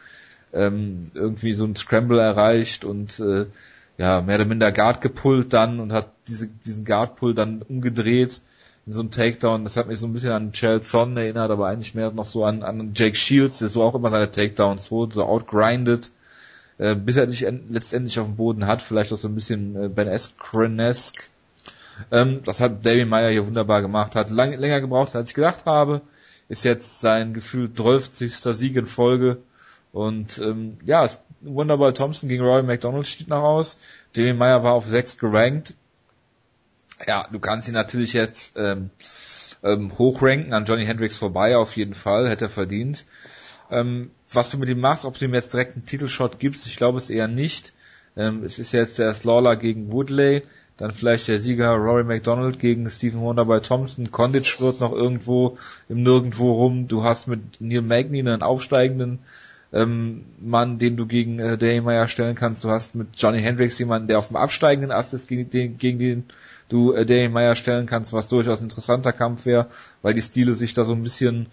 ähm, irgendwie so ein Scramble erreicht und äh, ja, mehr oder minder Guard gepullt dann und hat diese, diesen Guard-Pull dann umgedreht in so einen Takedown. Das hat mich so ein bisschen an Chael Sonnen erinnert, aber eigentlich mehr noch so an, an Jake Shields, der so auch immer seine Takedowns holt, so outgrindet, äh, bis er nicht en- letztendlich auf dem Boden hat, vielleicht auch so ein bisschen äh, Ben Askren-esque. Ähm, das hat Damian Maia hier wunderbar gemacht, hat lang, länger gebraucht, als ich gedacht habe, ist jetzt sein gefühlt zwölfzigster Sieg in Folge und ähm, ja, Wonderboy Thompson gegen Rory McDonald steht noch aus. Damian Maia war auf sechs gerankt. Ja, du kannst ihn natürlich jetzt ähm, ähm, hochranken, an Johnny Hendricks vorbei auf jeden Fall, hätte er verdient. Ähm, was du mit ihm machst, ob du ihm jetzt direkt einen Titelshot gibst, ich glaube es eher nicht. Ähm, es ist jetzt der Lawler gegen Woodley, dann vielleicht der Sieger Rory McDonald gegen Stephen Wonderboy Thompson. Condit wird noch irgendwo im Nirgendwo rum. Du hast mit Neil Magny einen aufsteigenden ähm, Mann, den du gegen äh, Damian Maia stellen kannst. Du hast mit Johnny Hendricks jemanden, der auf dem absteigenden Ast ist, gegen den, gegen den du äh, Damian Maia stellen kannst, was durchaus ein interessanter Kampf wäre, weil die Stile sich da so ein bisschen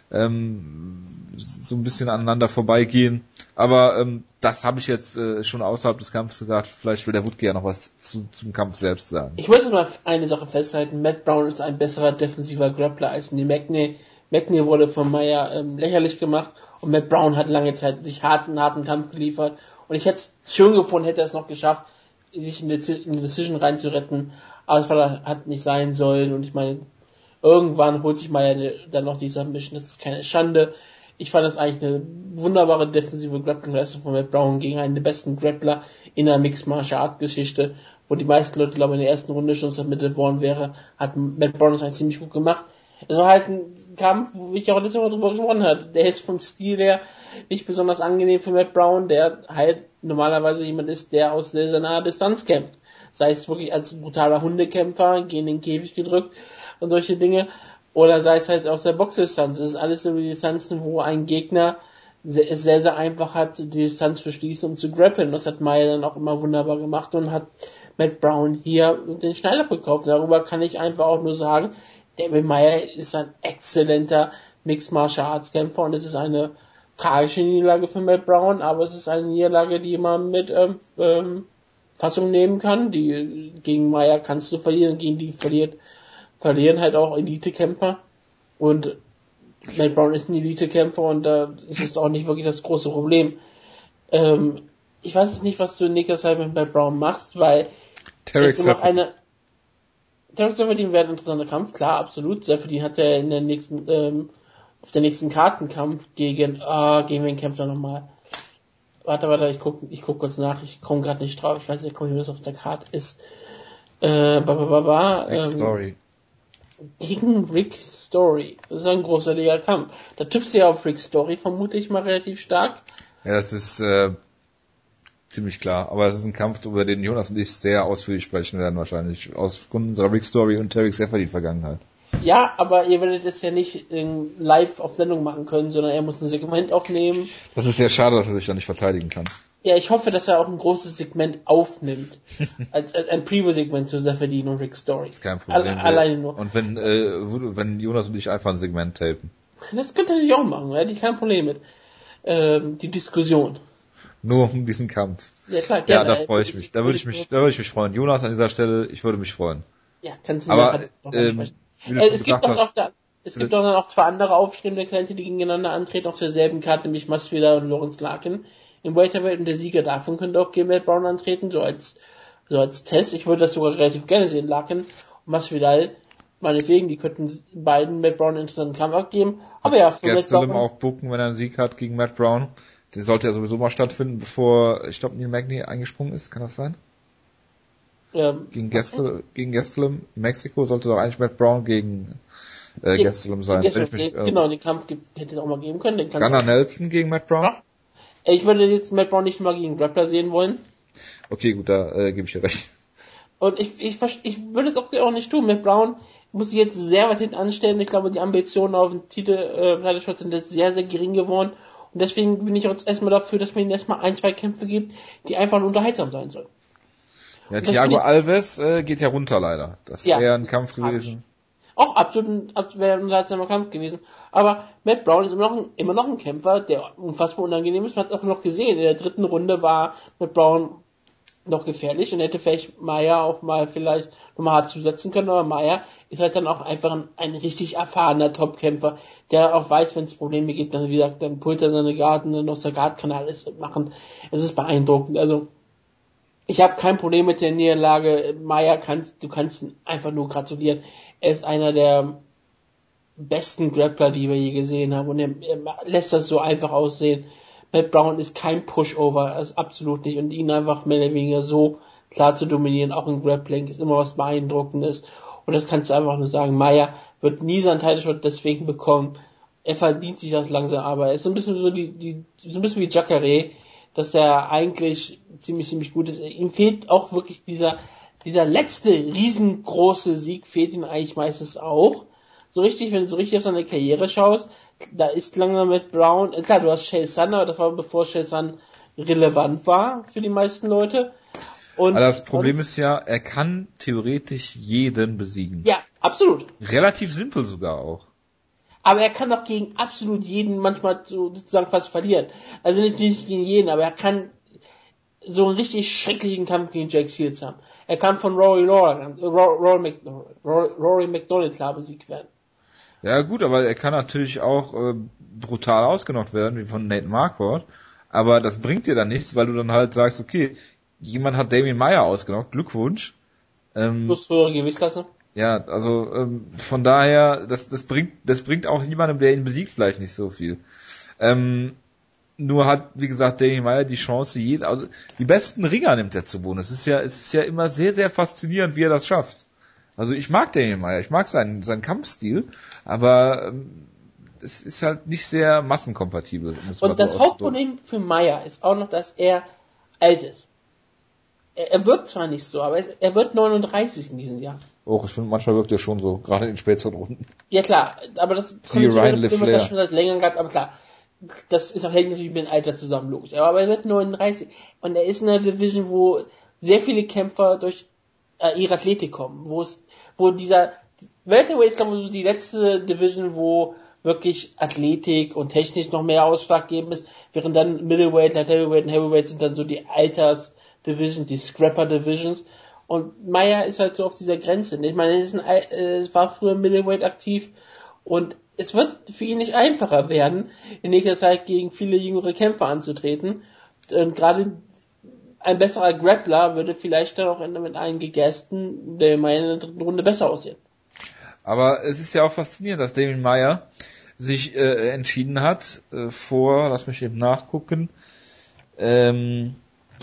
ähm, so ein bisschen aneinander vorbeigehen. Aber ähm, das habe ich jetzt äh, schon außerhalb des Kampfes gesagt. Vielleicht will der Wutke ja noch was zu, zum Kampf selbst sagen. Ich muss mal eine Sache festhalten. Matt Brown ist ein besserer defensiver Grappler als Neil Magny. Magny wurde von Maia ähm, lächerlich gemacht und Matt Brown hat lange Zeit sich harten, harten Kampf geliefert. Und ich hätte es schön gefunden, hätte er es noch geschafft, sich in die, in die Decision reinzuretten. Aber es war, hat nicht sein sollen. Und ich meine, irgendwann holt sich Maia dann noch die Submission. Das ist keine Schande. Ich fand das eigentlich eine wunderbare defensive Grappling-Leistung von Matt Brown gegen einen der besten Grappler in der Mixed Martial Arts Geschichte, wo die meisten Leute, glaube ich, in der ersten Runde schon submitted worden wäre, hat Matt Brown das eigentlich ziemlich gut gemacht. Es war halt ein Kampf, wo ich auch letztes Mal drüber gesprochen habe. Der ist vom Stil her nicht besonders angenehm für Matt Brown, der halt normalerweise jemand ist, der aus sehr, sehr naher Distanz kämpft. Sei es wirklich als brutaler Hundekämpfer, gegen den Käfig gedrückt und solche Dinge, oder sei es halt aus der Boxdistanz. Das ist alles so die Distanzen, wo ein Gegner sehr, es sehr, sehr einfach hat, die Distanz zu schließen und zu grappeln. Das hat Maia dann auch immer wunderbar gemacht und hat Matt Brown hier den Schneid abgekauft. Darüber kann ich einfach auch nur sagen, Damian Maia ist ein exzellenter Mixed Martial Arts Kämpfer und es ist eine tragische Niederlage für Matt Brown, aber es ist eine Niederlage, die man mit ähm, ähm, Fassung nehmen kann. Die gegen Maia kannst du verlieren, gegen die verliert verlieren halt auch Elite-Kämpfer und Matt Brown ist ein Elite-Kämpfer und da äh, ist es auch nicht wirklich das große Problem. Ähm, ich weiß nicht, was du in nächster Zeit mit Matt Brown machst, weil Tarek es noch eine Tarek Seferdin wäre ein interessanter Kampf, klar, absolut. Seferdin hat ja in der nächsten ähm, auf der nächsten Kartenkampf gegen ah, gegen wen kämpft er nochmal? Warte, warte, ich guck, ich guck kurz nach, ich komme gerade nicht drauf, ich weiß nicht, wie das auf der Karte ist. Äh, ba, ba, ba, ba, ähm, Story. Gegen Rick Story. Das ist ein großartiger Kampf. Da tippst du ja auf Rick Story, vermute ich mal relativ stark. Ja, das ist äh, ziemlich klar. Aber es ist ein Kampf, über den Jonas und ich sehr ausführlich sprechen werden wahrscheinlich. Aus Gründen unserer Rick Story und Tarek Seferdin Vergangenheit. Ja, aber ihr werdet es ja nicht in live auf Sendung machen können, sondern er muss ein Segment aufnehmen. Das ist sehr schade, dass er sich da nicht verteidigen kann. Ja, ich hoffe, dass er auch ein großes Segment aufnimmt. als, als ein Preview-Segment zu Seferdin und Rick Story. Das ist kein Problem. Alle, alleine nur. Und wenn, äh, wenn Jonas und ich einfach ein Segment tapen. Das könnte ich auch machen, da hätte ich kein Problem mit. Ähm, die Diskussion. Nur um diesen Kampf. Ja, klar, gerne. Ja, da freue ich mich. Da würde ich mich, da würde ich mich freuen. Jonas an dieser Stelle, ich würde mich freuen. Ja, kannst du Aber, mir noch ähm, ansprechen. wie du Äh, schon es gibt gesagt doch auch hast, da, es gibt doch dann auch zwei andere aufstrebende Talente, die gegeneinander antreten auf derselben Karte, nämlich Masvidal und Lawrence Larkin im Welterweight, und der Sieger davon könnte auch gegen Matt Brown antreten, so als, so als Test. Ich würde das sogar relativ gerne sehen, Larkin und Masvidal, meinetwegen, die könnten beiden Matt Brown einen interessanten Kampf abgeben. Aber ja, für Matt Brown auch booken, wenn er einen Sieg hat gegen Matt Brown. Der sollte ja sowieso mal stattfinden, bevor, ich glaube, Neil Magny eingesprungen ist. Kann das sein? ähm, Gegen Gastelum, gegen Gastelum in Mexiko sollte doch eigentlich Matt Brown gegen äh, gegen- Gastelum sein. gegen Wenn ich Gastelum, mich, äh, genau, den Kampf gibt, hätte es auch mal geben können. Den kannst Gunnar du- Nelson gegen Matt Brown? Ja. Ich würde jetzt Matt Brown nicht mal gegen Grappler sehen wollen. Okay, gut, da äh, gebe ich dir recht. Und ich, ich, verste- ich würde es auch, auch nicht tun. Matt Brown muss sich jetzt sehr weit hinten anstellen. Ich glaube, die Ambitionen auf den Titel, äh, Titelshot sind jetzt sehr, sehr gering geworden. Und deswegen bin ich jetzt erstmal dafür, dass man ihnen erstmal ein, zwei Kämpfe gibt, die einfach nur unterhaltsam sein sollen. Ja, das Thiago bin ich- Alves äh, geht ja runter leider. Das Ja, wäre ein Kampf tragisch. gewesen. Auch absolut ein, wäre ein unterhaltsamer Kampf gewesen. Aber Matt Brown ist immer noch, ein, immer noch ein Kämpfer, der unfassbar unangenehm ist. Man hat es auch noch gesehen. In der dritten Runde war Matt Brown noch gefährlich und hätte vielleicht Maia auch mal vielleicht nochmal hart zusetzen können, aber Maia ist halt dann auch einfach ein, ein richtig erfahrener Topkämpfer, der auch weiß, wenn es Probleme gibt, dann wie gesagt, dann pullt er seine Garten, dann aus der Guard kann er alles machen. Es ist beeindruckend. Also ich habe kein Problem mit der Niederlage. Maia kannst, du kannst ihn einfach nur gratulieren. Er ist einer der besten Grappler, die wir je gesehen haben und er, er lässt das so einfach aussehen. Matt Brown ist kein Pushover, ist absolut nicht. Und ihn einfach mehr oder weniger so klar zu dominieren, auch im Grappling, ist immer was Beeindruckendes. Und das kannst du einfach nur sagen. Maia wird nie seinen Title-Shot deswegen bekommen. Er verdient sich das langsam, aber er ist so ein bisschen so die, die, so ein bisschen wie Jacare, dass er eigentlich ziemlich, ziemlich gut ist. Ihm fehlt auch wirklich dieser, dieser letzte riesengroße Sieg fehlt ihm eigentlich meistens auch. So richtig, wenn du so richtig auf seine Karriere schaust, da ist langsam mit Brown, klar, du hast Chael Sonnen, aber das war bevor Chael Sonnen relevant war für die meisten Leute. Und aber das Problem ist ja, er kann theoretisch jeden besiegen. Ja, absolut. Relativ simpel sogar auch. Aber er kann auch gegen absolut jeden manchmal sozusagen fast verlieren. Also nicht, nicht gegen jeden, aber er kann so einen richtig schrecklichen Kampf gegen Jake Shields haben. Er kann von Rory Law, Rory, McDonald, Rory McDonald klar besiegt werden. Ja gut, aber er kann natürlich auch äh, brutal ausgenockt werden, wie von Nate Marquardt. Aber das bringt dir dann nichts, weil du dann halt sagst, okay, jemand hat Damian Maia ausgenockt, Glückwunsch. Ähm, Plus höhere Gewichtsklasse. Ja, also ähm, von daher, das das bringt das bringt auch jemandem, der ihn besiegt, vielleicht nicht so viel. Ähm, nur hat, wie gesagt, Damian Maia die Chance, jeden, also die besten Ringer nimmt er zu Boden. Es ist ja, es ist ja immer sehr, sehr faszinierend, wie er das schafft. Also ich mag Damian Maia, ich mag seinen seinen Kampfstil, aber ähm, es ist halt nicht sehr massenkompatibel. Und das so Hauptproblem für Maia ist auch noch, dass er alt ist. Er, er wirkt zwar nicht so, aber es, er wird neununddreißig in diesem Jahr. Oh, ich finde, manchmal wirkt er schon so, gerade in den späteren Runden. Ja klar, aber das kommt Ryan LeFlair. Das schon seit längerem gehabt, aber klar, das ist auch hängt natürlich mit dem Alter zusammen, logisch. Aber er wird neununddreißig und er ist in einer Division, wo sehr viele Kämpfer durch äh, ihre Athletik kommen, wo es, wo dieser Welterweight ist, glaube ich, so die letzte Division, wo wirklich Athletik und Technik noch mehr ausschlaggebend ist, während dann Middleweight, Light Heavyweight und Heavyweight sind dann so die Alters-Divisions, die Scrapper-Divisions. Und Maia ist halt so auf dieser Grenze. Ich meine, es, ist ein, es war früher Middleweight aktiv und es wird für ihn nicht einfacher werden, in nächster Zeit gegen viele jüngere Kämpfer anzutreten. Und gerade ein besserer Grappler würde vielleicht dann auch mit einem Gegesten, der Maia in der dritten Runde besser aussehen. Aber es ist ja auch faszinierend, dass Damian Maia sich äh, entschieden hat, äh, vor, lass mich eben nachgucken, ähm,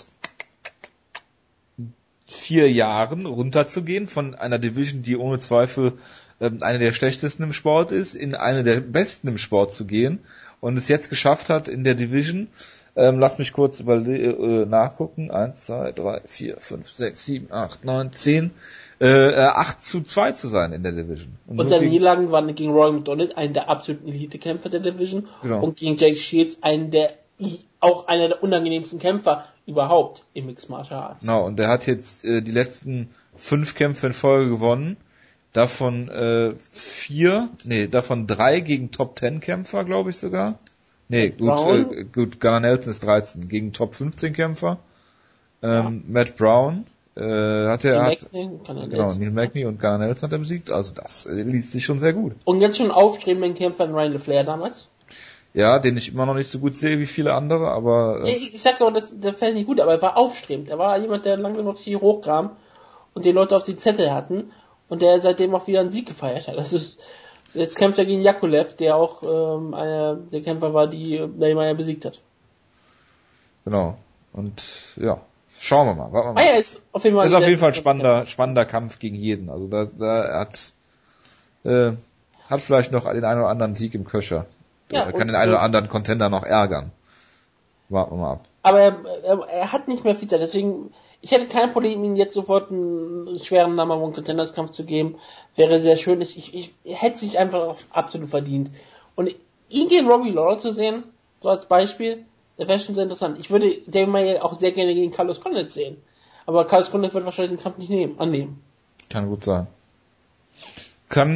vier Jahren runterzugehen von einer Division, die ohne Zweifel ähm, eine der schlechtesten im Sport ist, in eine der besten im Sport zu gehen und es jetzt geschafft hat in der Division, ähm, lass mich kurz über, äh, nachgucken, eins, zwei, drei, vier, fünf, sechs, sieben, acht, neun, zehn, äh, acht zu zwei zu sein in der Division. Und, und seine Niederlagen waren gegen Roy McDonald, einen der absoluten Elite-Kämpfer der Division, genau. Und gegen Jake Shields, einen der auch einer der unangenehmsten Kämpfer überhaupt im Mixed Martial Arts. Genau, und der hat jetzt äh, die letzten fünf Kämpfe in Folge gewonnen, davon äh, vier, nee, davon drei gegen Top Ten Kämpfer, glaube ich sogar. Nee, Matt gut, äh, gut, Gunnar Nelson ist dreizehn, gegen Top fünfzehn Kämpfer. Ähm, ja. Matt Brown, äh, hat er, hat, genau, Neil Magny und Gunnar Nelson hat er besiegt, also das äh, liest sich schon sehr gut. Und jetzt schon aufstrebenden Kämpfer in Ryan LeFlair damals? Ja, den ich immer noch nicht so gut sehe wie viele andere, aber... Äh ich sag ja, das, der fällt nicht gut, aber er war aufstrebend. Er war jemand, der langsam noch hier hochkam und die Leute auf die Zettel hatten und der seitdem auch wieder einen Sieg gefeiert hat. Das ist, jetzt kämpft er gegen Yakulev, der auch ähm, einer der Kämpfer war, die Maia besiegt hat. Genau. Und ja, schauen wir mal. Warten wir mal. Maia ist auf jeden Fall, ist auf jeden Fall ein spannender, spannender Kampf gegen jeden. Also da, da hat, äh, hat vielleicht noch den einen oder anderen Sieg im Köcher. Ja, er kann den einen oder anderen Contender noch ärgern. Warten wir mal ab. Aber er, er, er hat nicht mehr viel Zeit, deswegen, ich hätte kein Problem, ihm jetzt sofort einen schweren Number One Contenders Kampf zu geben. Wäre sehr schön. Ich, ich, ich hätte sich einfach absolut verdient. Und ihn gegen Robbie Lawler zu sehen, so als Beispiel, das wäre schon sehr interessant. Ich würde den mal auch sehr gerne gegen Carlos Condit sehen. Aber Carlos Condit wird wahrscheinlich den Kampf nicht nehmen, annehmen. Kann gut sein. Kann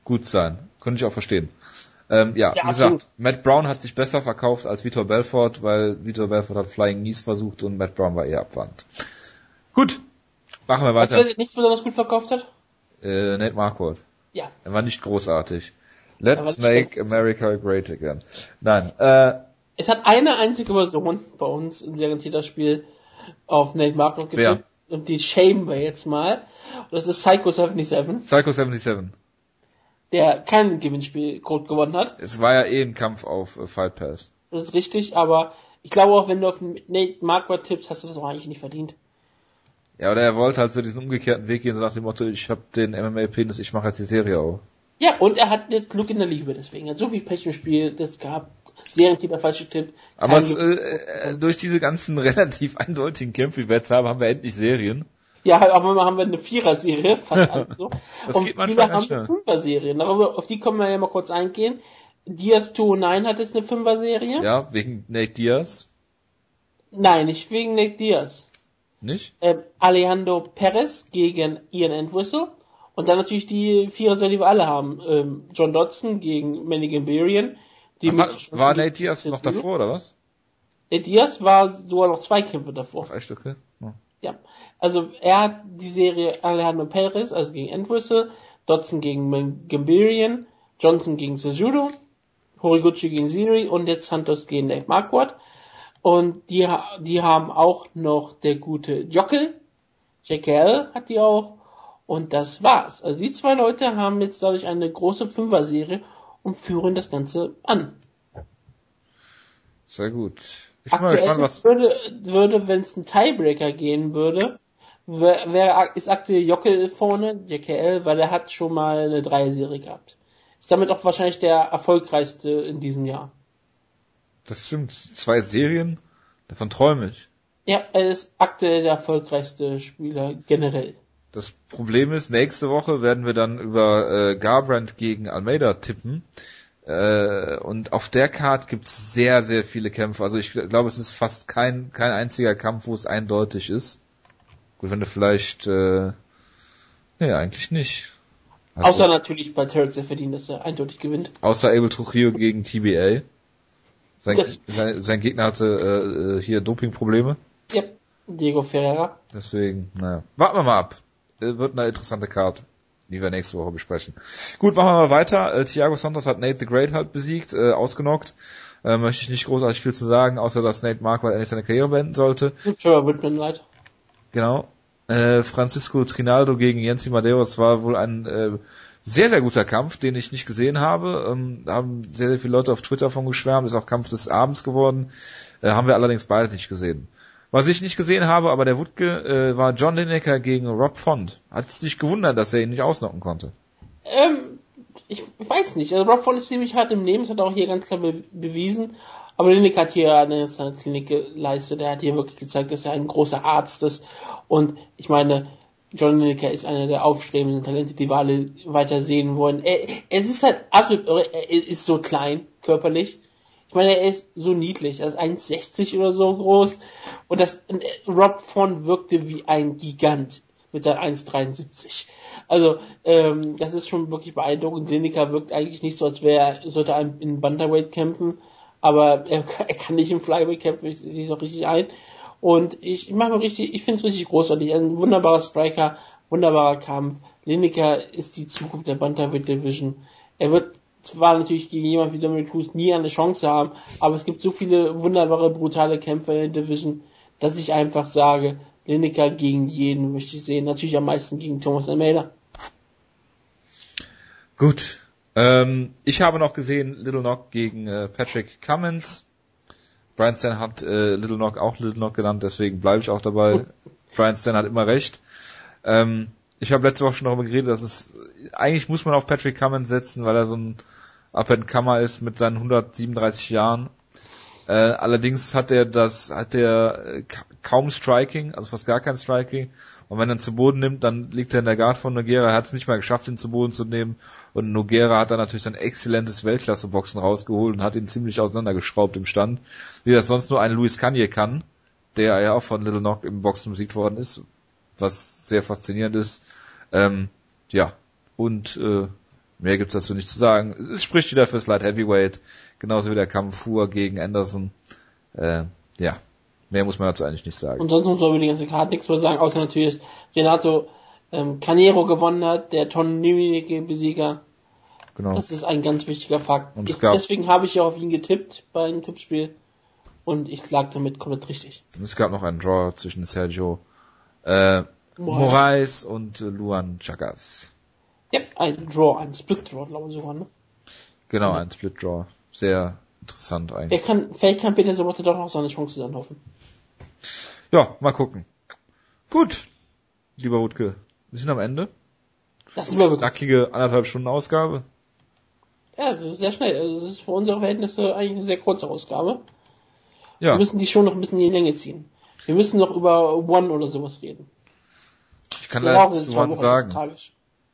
gut sein. Könnte ich auch verstehen. Ähm, ja, Ja, wie absolut. gesagt, Matt Brown hat sich besser verkauft als Vitor Belfort, weil Vitor Belfort hat Flying Knees versucht und Matt Brown war eher abwartend. Gut, machen wir Was weiter. wer sich nicht besonders gut verkauft hat? Äh, Nate Marquardt. Ja. Er war nicht großartig. Er war Let's nicht make schlecht. America great again. Nein, äh, Es hat eine einzige Person bei uns im Serientäterspiel auf Nate Marquardt Wer? getippt. Und die shamen wir jetzt mal. Und das ist Psycho siebenundsiebzig, Psycho siebenundsiebzig. der kein Gewinnspiel-Code gewonnen hat. Es war ja eh ein Kampf auf äh, Fight Pass. Das ist richtig, aber ich glaube auch, wenn du auf Nate Marquardt tippst, hast du das auch eigentlich nicht verdient. Ja, oder er wollte halt so diesen umgekehrten Weg gehen, so nach dem Motto, ich hab den M M A-Penis, ich mache jetzt die Serie auch. Ja, und er hat jetzt Glück in der Liebe, deswegen. Er hat so viel Pech im Spiel, das gab Serientäter falsch getippt. Aber kein es, Gewinn- äh, äh, durch diese ganzen relativ eindeutigen Kämpfe, die wir jetzt haben, haben wir endlich Serien. Ja, halt, auf einmal haben wir eine Vierer-Serie, fast alles so. Das und geht manchmal viele ganz haben schnell. Fünfer-Serien. Darüber, auf die können wir ja mal kurz eingehen. Diaz zweihundertneun hat jetzt eine Fünfer-Serie. Ja, wegen Nate Diaz. Nein, nicht wegen Nate Diaz. Nicht? Ähm, Alejandro Perez gegen Ian Entwistle. Und dann natürlich die Vierer-Serie, die wir alle haben. Ähm, John Dodson gegen Manny Gambarian. Die War, mit- war Nate Diaz noch davor, oder was? Nate Diaz war sogar noch zwei Kämpfe davor. Ach, echt, okay. Ja. Ja, also er hat die Serie Alejandro Perez, also gegen Entwistle, Dodson gegen Gambarian, Johnson gegen Cejudo, Horiguchi gegen Siri und jetzt Santos gegen Nate Marquardt. Und die, die haben auch noch der gute Jockel, J K L hat die auch. Und das war's. Also die zwei Leute haben jetzt dadurch eine große Fünfer-Serie und führen das Ganze an. Sehr gut. Ich bin mal Aktuell gespannt, was... würde, würde wenn es einen Tiebreaker gehen würde, wer, wer ist aktuell Jockel vorne, J K L, weil er hat schon mal eine Dreier-Serie gehabt. Ist damit auch wahrscheinlich der erfolgreichste in diesem Jahr. Das stimmt. Zwei Serien? Davon träume ich. Ja, er ist aktuell der erfolgreichste Spieler generell. Das Problem ist, nächste Woche werden wir dann über äh, Garbrandt gegen Almeida tippen. Äh, und auf der Card gibt's sehr, sehr viele Kämpfe. Also ich glaube, es ist fast kein kein einziger Kampf, wo es eindeutig ist. Gut, wenn du vielleicht... Äh, nee, eigentlich nicht. Also, Außer natürlich bei Turek sehr verdient, dass er eindeutig gewinnt. außer Abel Trujillo gegen T B A. Sein, Das- sein, sein Gegner hatte äh, hier Dopingprobleme. Ja, Diego Ferreira. Deswegen, naja. Warten wir mal ab. Äh, Wird eine interessante Karte, die wir nächste Woche besprechen. Gut, machen wir mal weiter. Äh, Thiago Santos hat Nate the Great halt besiegt, äh, ausgenockt. Äh, möchte ich nicht großartig viel zu sagen, außer dass Nate Marquardt endlich seine Karriere beenden sollte. Trevor Whitman leid. Genau. Äh, Francisco Trinaldo gegen Yancy Madeiros war wohl ein äh, sehr, sehr guter Kampf, den ich nicht gesehen habe. Ähm, haben sehr, sehr viele Leute auf Twitter von geschwärmt. Ist auch Kampf des Abends geworden. Äh, haben wir allerdings beide nicht gesehen. Was ich nicht gesehen habe, aber der Wutke, äh, war John Lineker gegen Rob Font. Hat es dich gewundert, dass er ihn nicht ausnocken konnte? Ähm, ich weiß nicht. Also Rob Font ist ziemlich hart im Nehmen, das hat er auch hier ganz klar be bewiesen. Aber Lineker hat hier eine seine Klinik geleistet. Er hat hier wirklich gezeigt, dass er ein großer Arzt ist. Und ich meine, John Lineker ist einer der aufstrebenden Talente, die wir alle weiter sehen wollen. Er, es ist halt absolut irre. Er ist so klein, körperlich. Ich meine, er ist so niedlich. Er ist eins sechzig oder so groß. Und das, und Rob Font wirkte wie ein Gigant mit seinen eins dreiundsiebzig. Also, ähm, das ist schon wirklich beeindruckend. Lineker wirkt eigentlich nicht so, als wäre er, sollte er in Bantamweight kämpfen. Aber er, er kann nicht im Flyweight kämpfen, ich sehe es auch richtig ein. Und ich, ich mache mir richtig, ich finde es richtig großartig. Ein wunderbarer Striker, wunderbarer Kampf. Lineker ist die Zukunft der Bantamweight Division. Er wird zwar natürlich gegen jemand wie Dominic Cruz nie eine Chance haben, aber es gibt so viele wunderbare, brutale Kämpfer in der Division, dass ich einfach sage, Lineker gegen jeden möchte ich sehen. Natürlich am meisten gegen Thomas Almeida. Gut. Ähm, ich habe noch gesehen Little Knock gegen äh, Patrick Cummins. Brian Stan hat äh, Little Knock auch Little Knock genannt, deswegen bleibe ich auch dabei. Brian Stan hat immer recht. Ähm, ich habe letzte Woche schon darüber geredet, dass es eigentlich muss man auf Patrick Cummins setzen, weil er so ein Up-and-Comer ist mit seinen hundertsiebenunddreißig Jahren. Äh, allerdings hat er das, hat er äh, kaum Striking, also fast gar kein Striking. Und wenn er ihn zu Boden nimmt, dann liegt er in der Guard von Nogueira. Er hat es nicht mal geschafft, ihn zu Boden zu nehmen. Und Nogueira hat dann natürlich sein exzellentes Weltklasse-Boxen rausgeholt und hat ihn ziemlich auseinandergeschraubt im Stand. Wie das sonst nur ein Luis Kanye kann, der ja auch von Little Knock im Boxen besiegt worden ist. Was sehr faszinierend ist. Ähm, ja. Und äh, Mehr gibt's dazu nicht zu sagen. Es spricht wieder fürs Light Heavyweight, genauso wie der Kampf Fuhr gegen Anderson. Äh, ja, mehr muss man dazu eigentlich nicht sagen. Und sonst muss man über die ganze Karte nichts mehr sagen, außer natürlich, dass Renato ähm, Canero gewonnen hat, der Tonini-Besieger. Genau. Das ist ein ganz wichtiger Fakt. Und es Ich, gab, deswegen habe ich ja auf ihn getippt bei einem Tippspiel. Und ich lag damit komplett richtig. es gab noch einen Draw zwischen Sergio äh, Moraes und äh, Luan Chagas. Ja, ein Draw, ein Split-Draw, glaube ich sogar, ne? Genau, Ja. ein Split-Draw. Sehr interessant eigentlich. Vielleicht kann, vielleicht kann Peter Sobotta doch noch seine Chance dann hoffen. Ja, mal gucken. Gut, lieber Wutke, wir sind am Ende. Das ist überbekommen. Knackige anderthalb Stunden Ausgabe. Ja, das ist sehr schnell. Also das ist für unsere Verhältnisse eigentlich eine sehr kurze Ausgabe. Ja. Wir müssen die schon noch ein bisschen in die Länge ziehen. Wir müssen noch über One oder sowas reden. Ich kann Ja, leider das ist zu zwei One Wochen, sagen. das ist tragisch.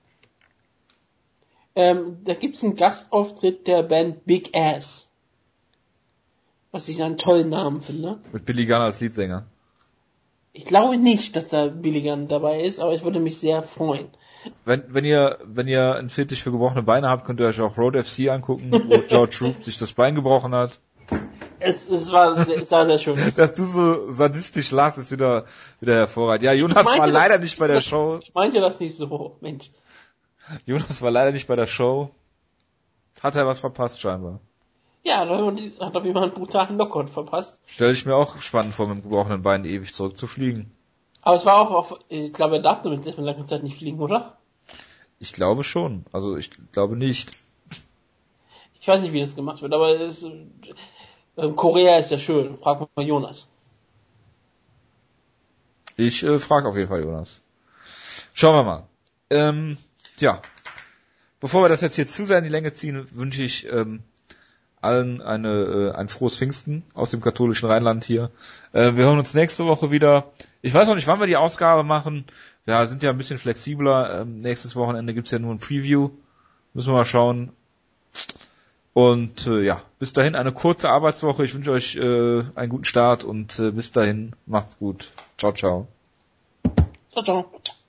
Ähm, da gibt's einen Gastauftritt der Band Big Ass. Was ich einen tollen Namen finde. Mit Billy Gunn als Leadsänger. Ich glaube nicht, dass da Billy Gunn dabei ist, aber ich würde mich sehr freuen. Wenn, wenn ihr, wenn ihr einen Fetisch für gebrochene Beine habt, könnt ihr euch auch Road F C angucken, wo George Roop sich das Bein gebrochen hat. Es, es war sehr, es war sehr schön. Dass du so sadistisch lachst, ist wieder, wieder hervorragend. Ja, Jonas meinte war das- leider nicht bei der Show. Ich meinte das nicht so, Mensch. Jonas war leider nicht bei der Show. Hat er was verpasst scheinbar. Ja, da hat auf jeden Fall einen brutalen Knockout verpasst. Stelle ich mir auch spannend vor, mit dem gebrochenen Bein ewig zurückzufliegen. Aber es war auch auf, ich glaube, er darf damit erstmal lange Zeit nicht fliegen, oder? Ich glaube schon. Also ich glaube nicht. Ich weiß nicht, wie das gemacht wird, aber es, äh, Korea ist ja schön. Frag mal Jonas. Ich äh, frage auf jeden Fall Jonas. Schauen wir mal. Ähm, tja, bevor wir das jetzt hier zu sehr in die Länge ziehen, wünsche ich ähm, allen eine, äh, ein frohes Pfingsten aus dem katholischen Rheinland hier. Äh, wir hören uns nächste Woche wieder. Ich weiß noch nicht, wann wir die Ausgabe machen. Wir sind ja ein bisschen flexibler. Ähm, nächstes Wochenende gibt's ja nur ein Preview. Müssen wir mal schauen. Und äh, ja, bis dahin eine kurze Arbeitswoche. Ich wünsche euch äh, einen guten Start und äh, bis dahin macht's gut. Ciao, ciao. Ciao, ciao.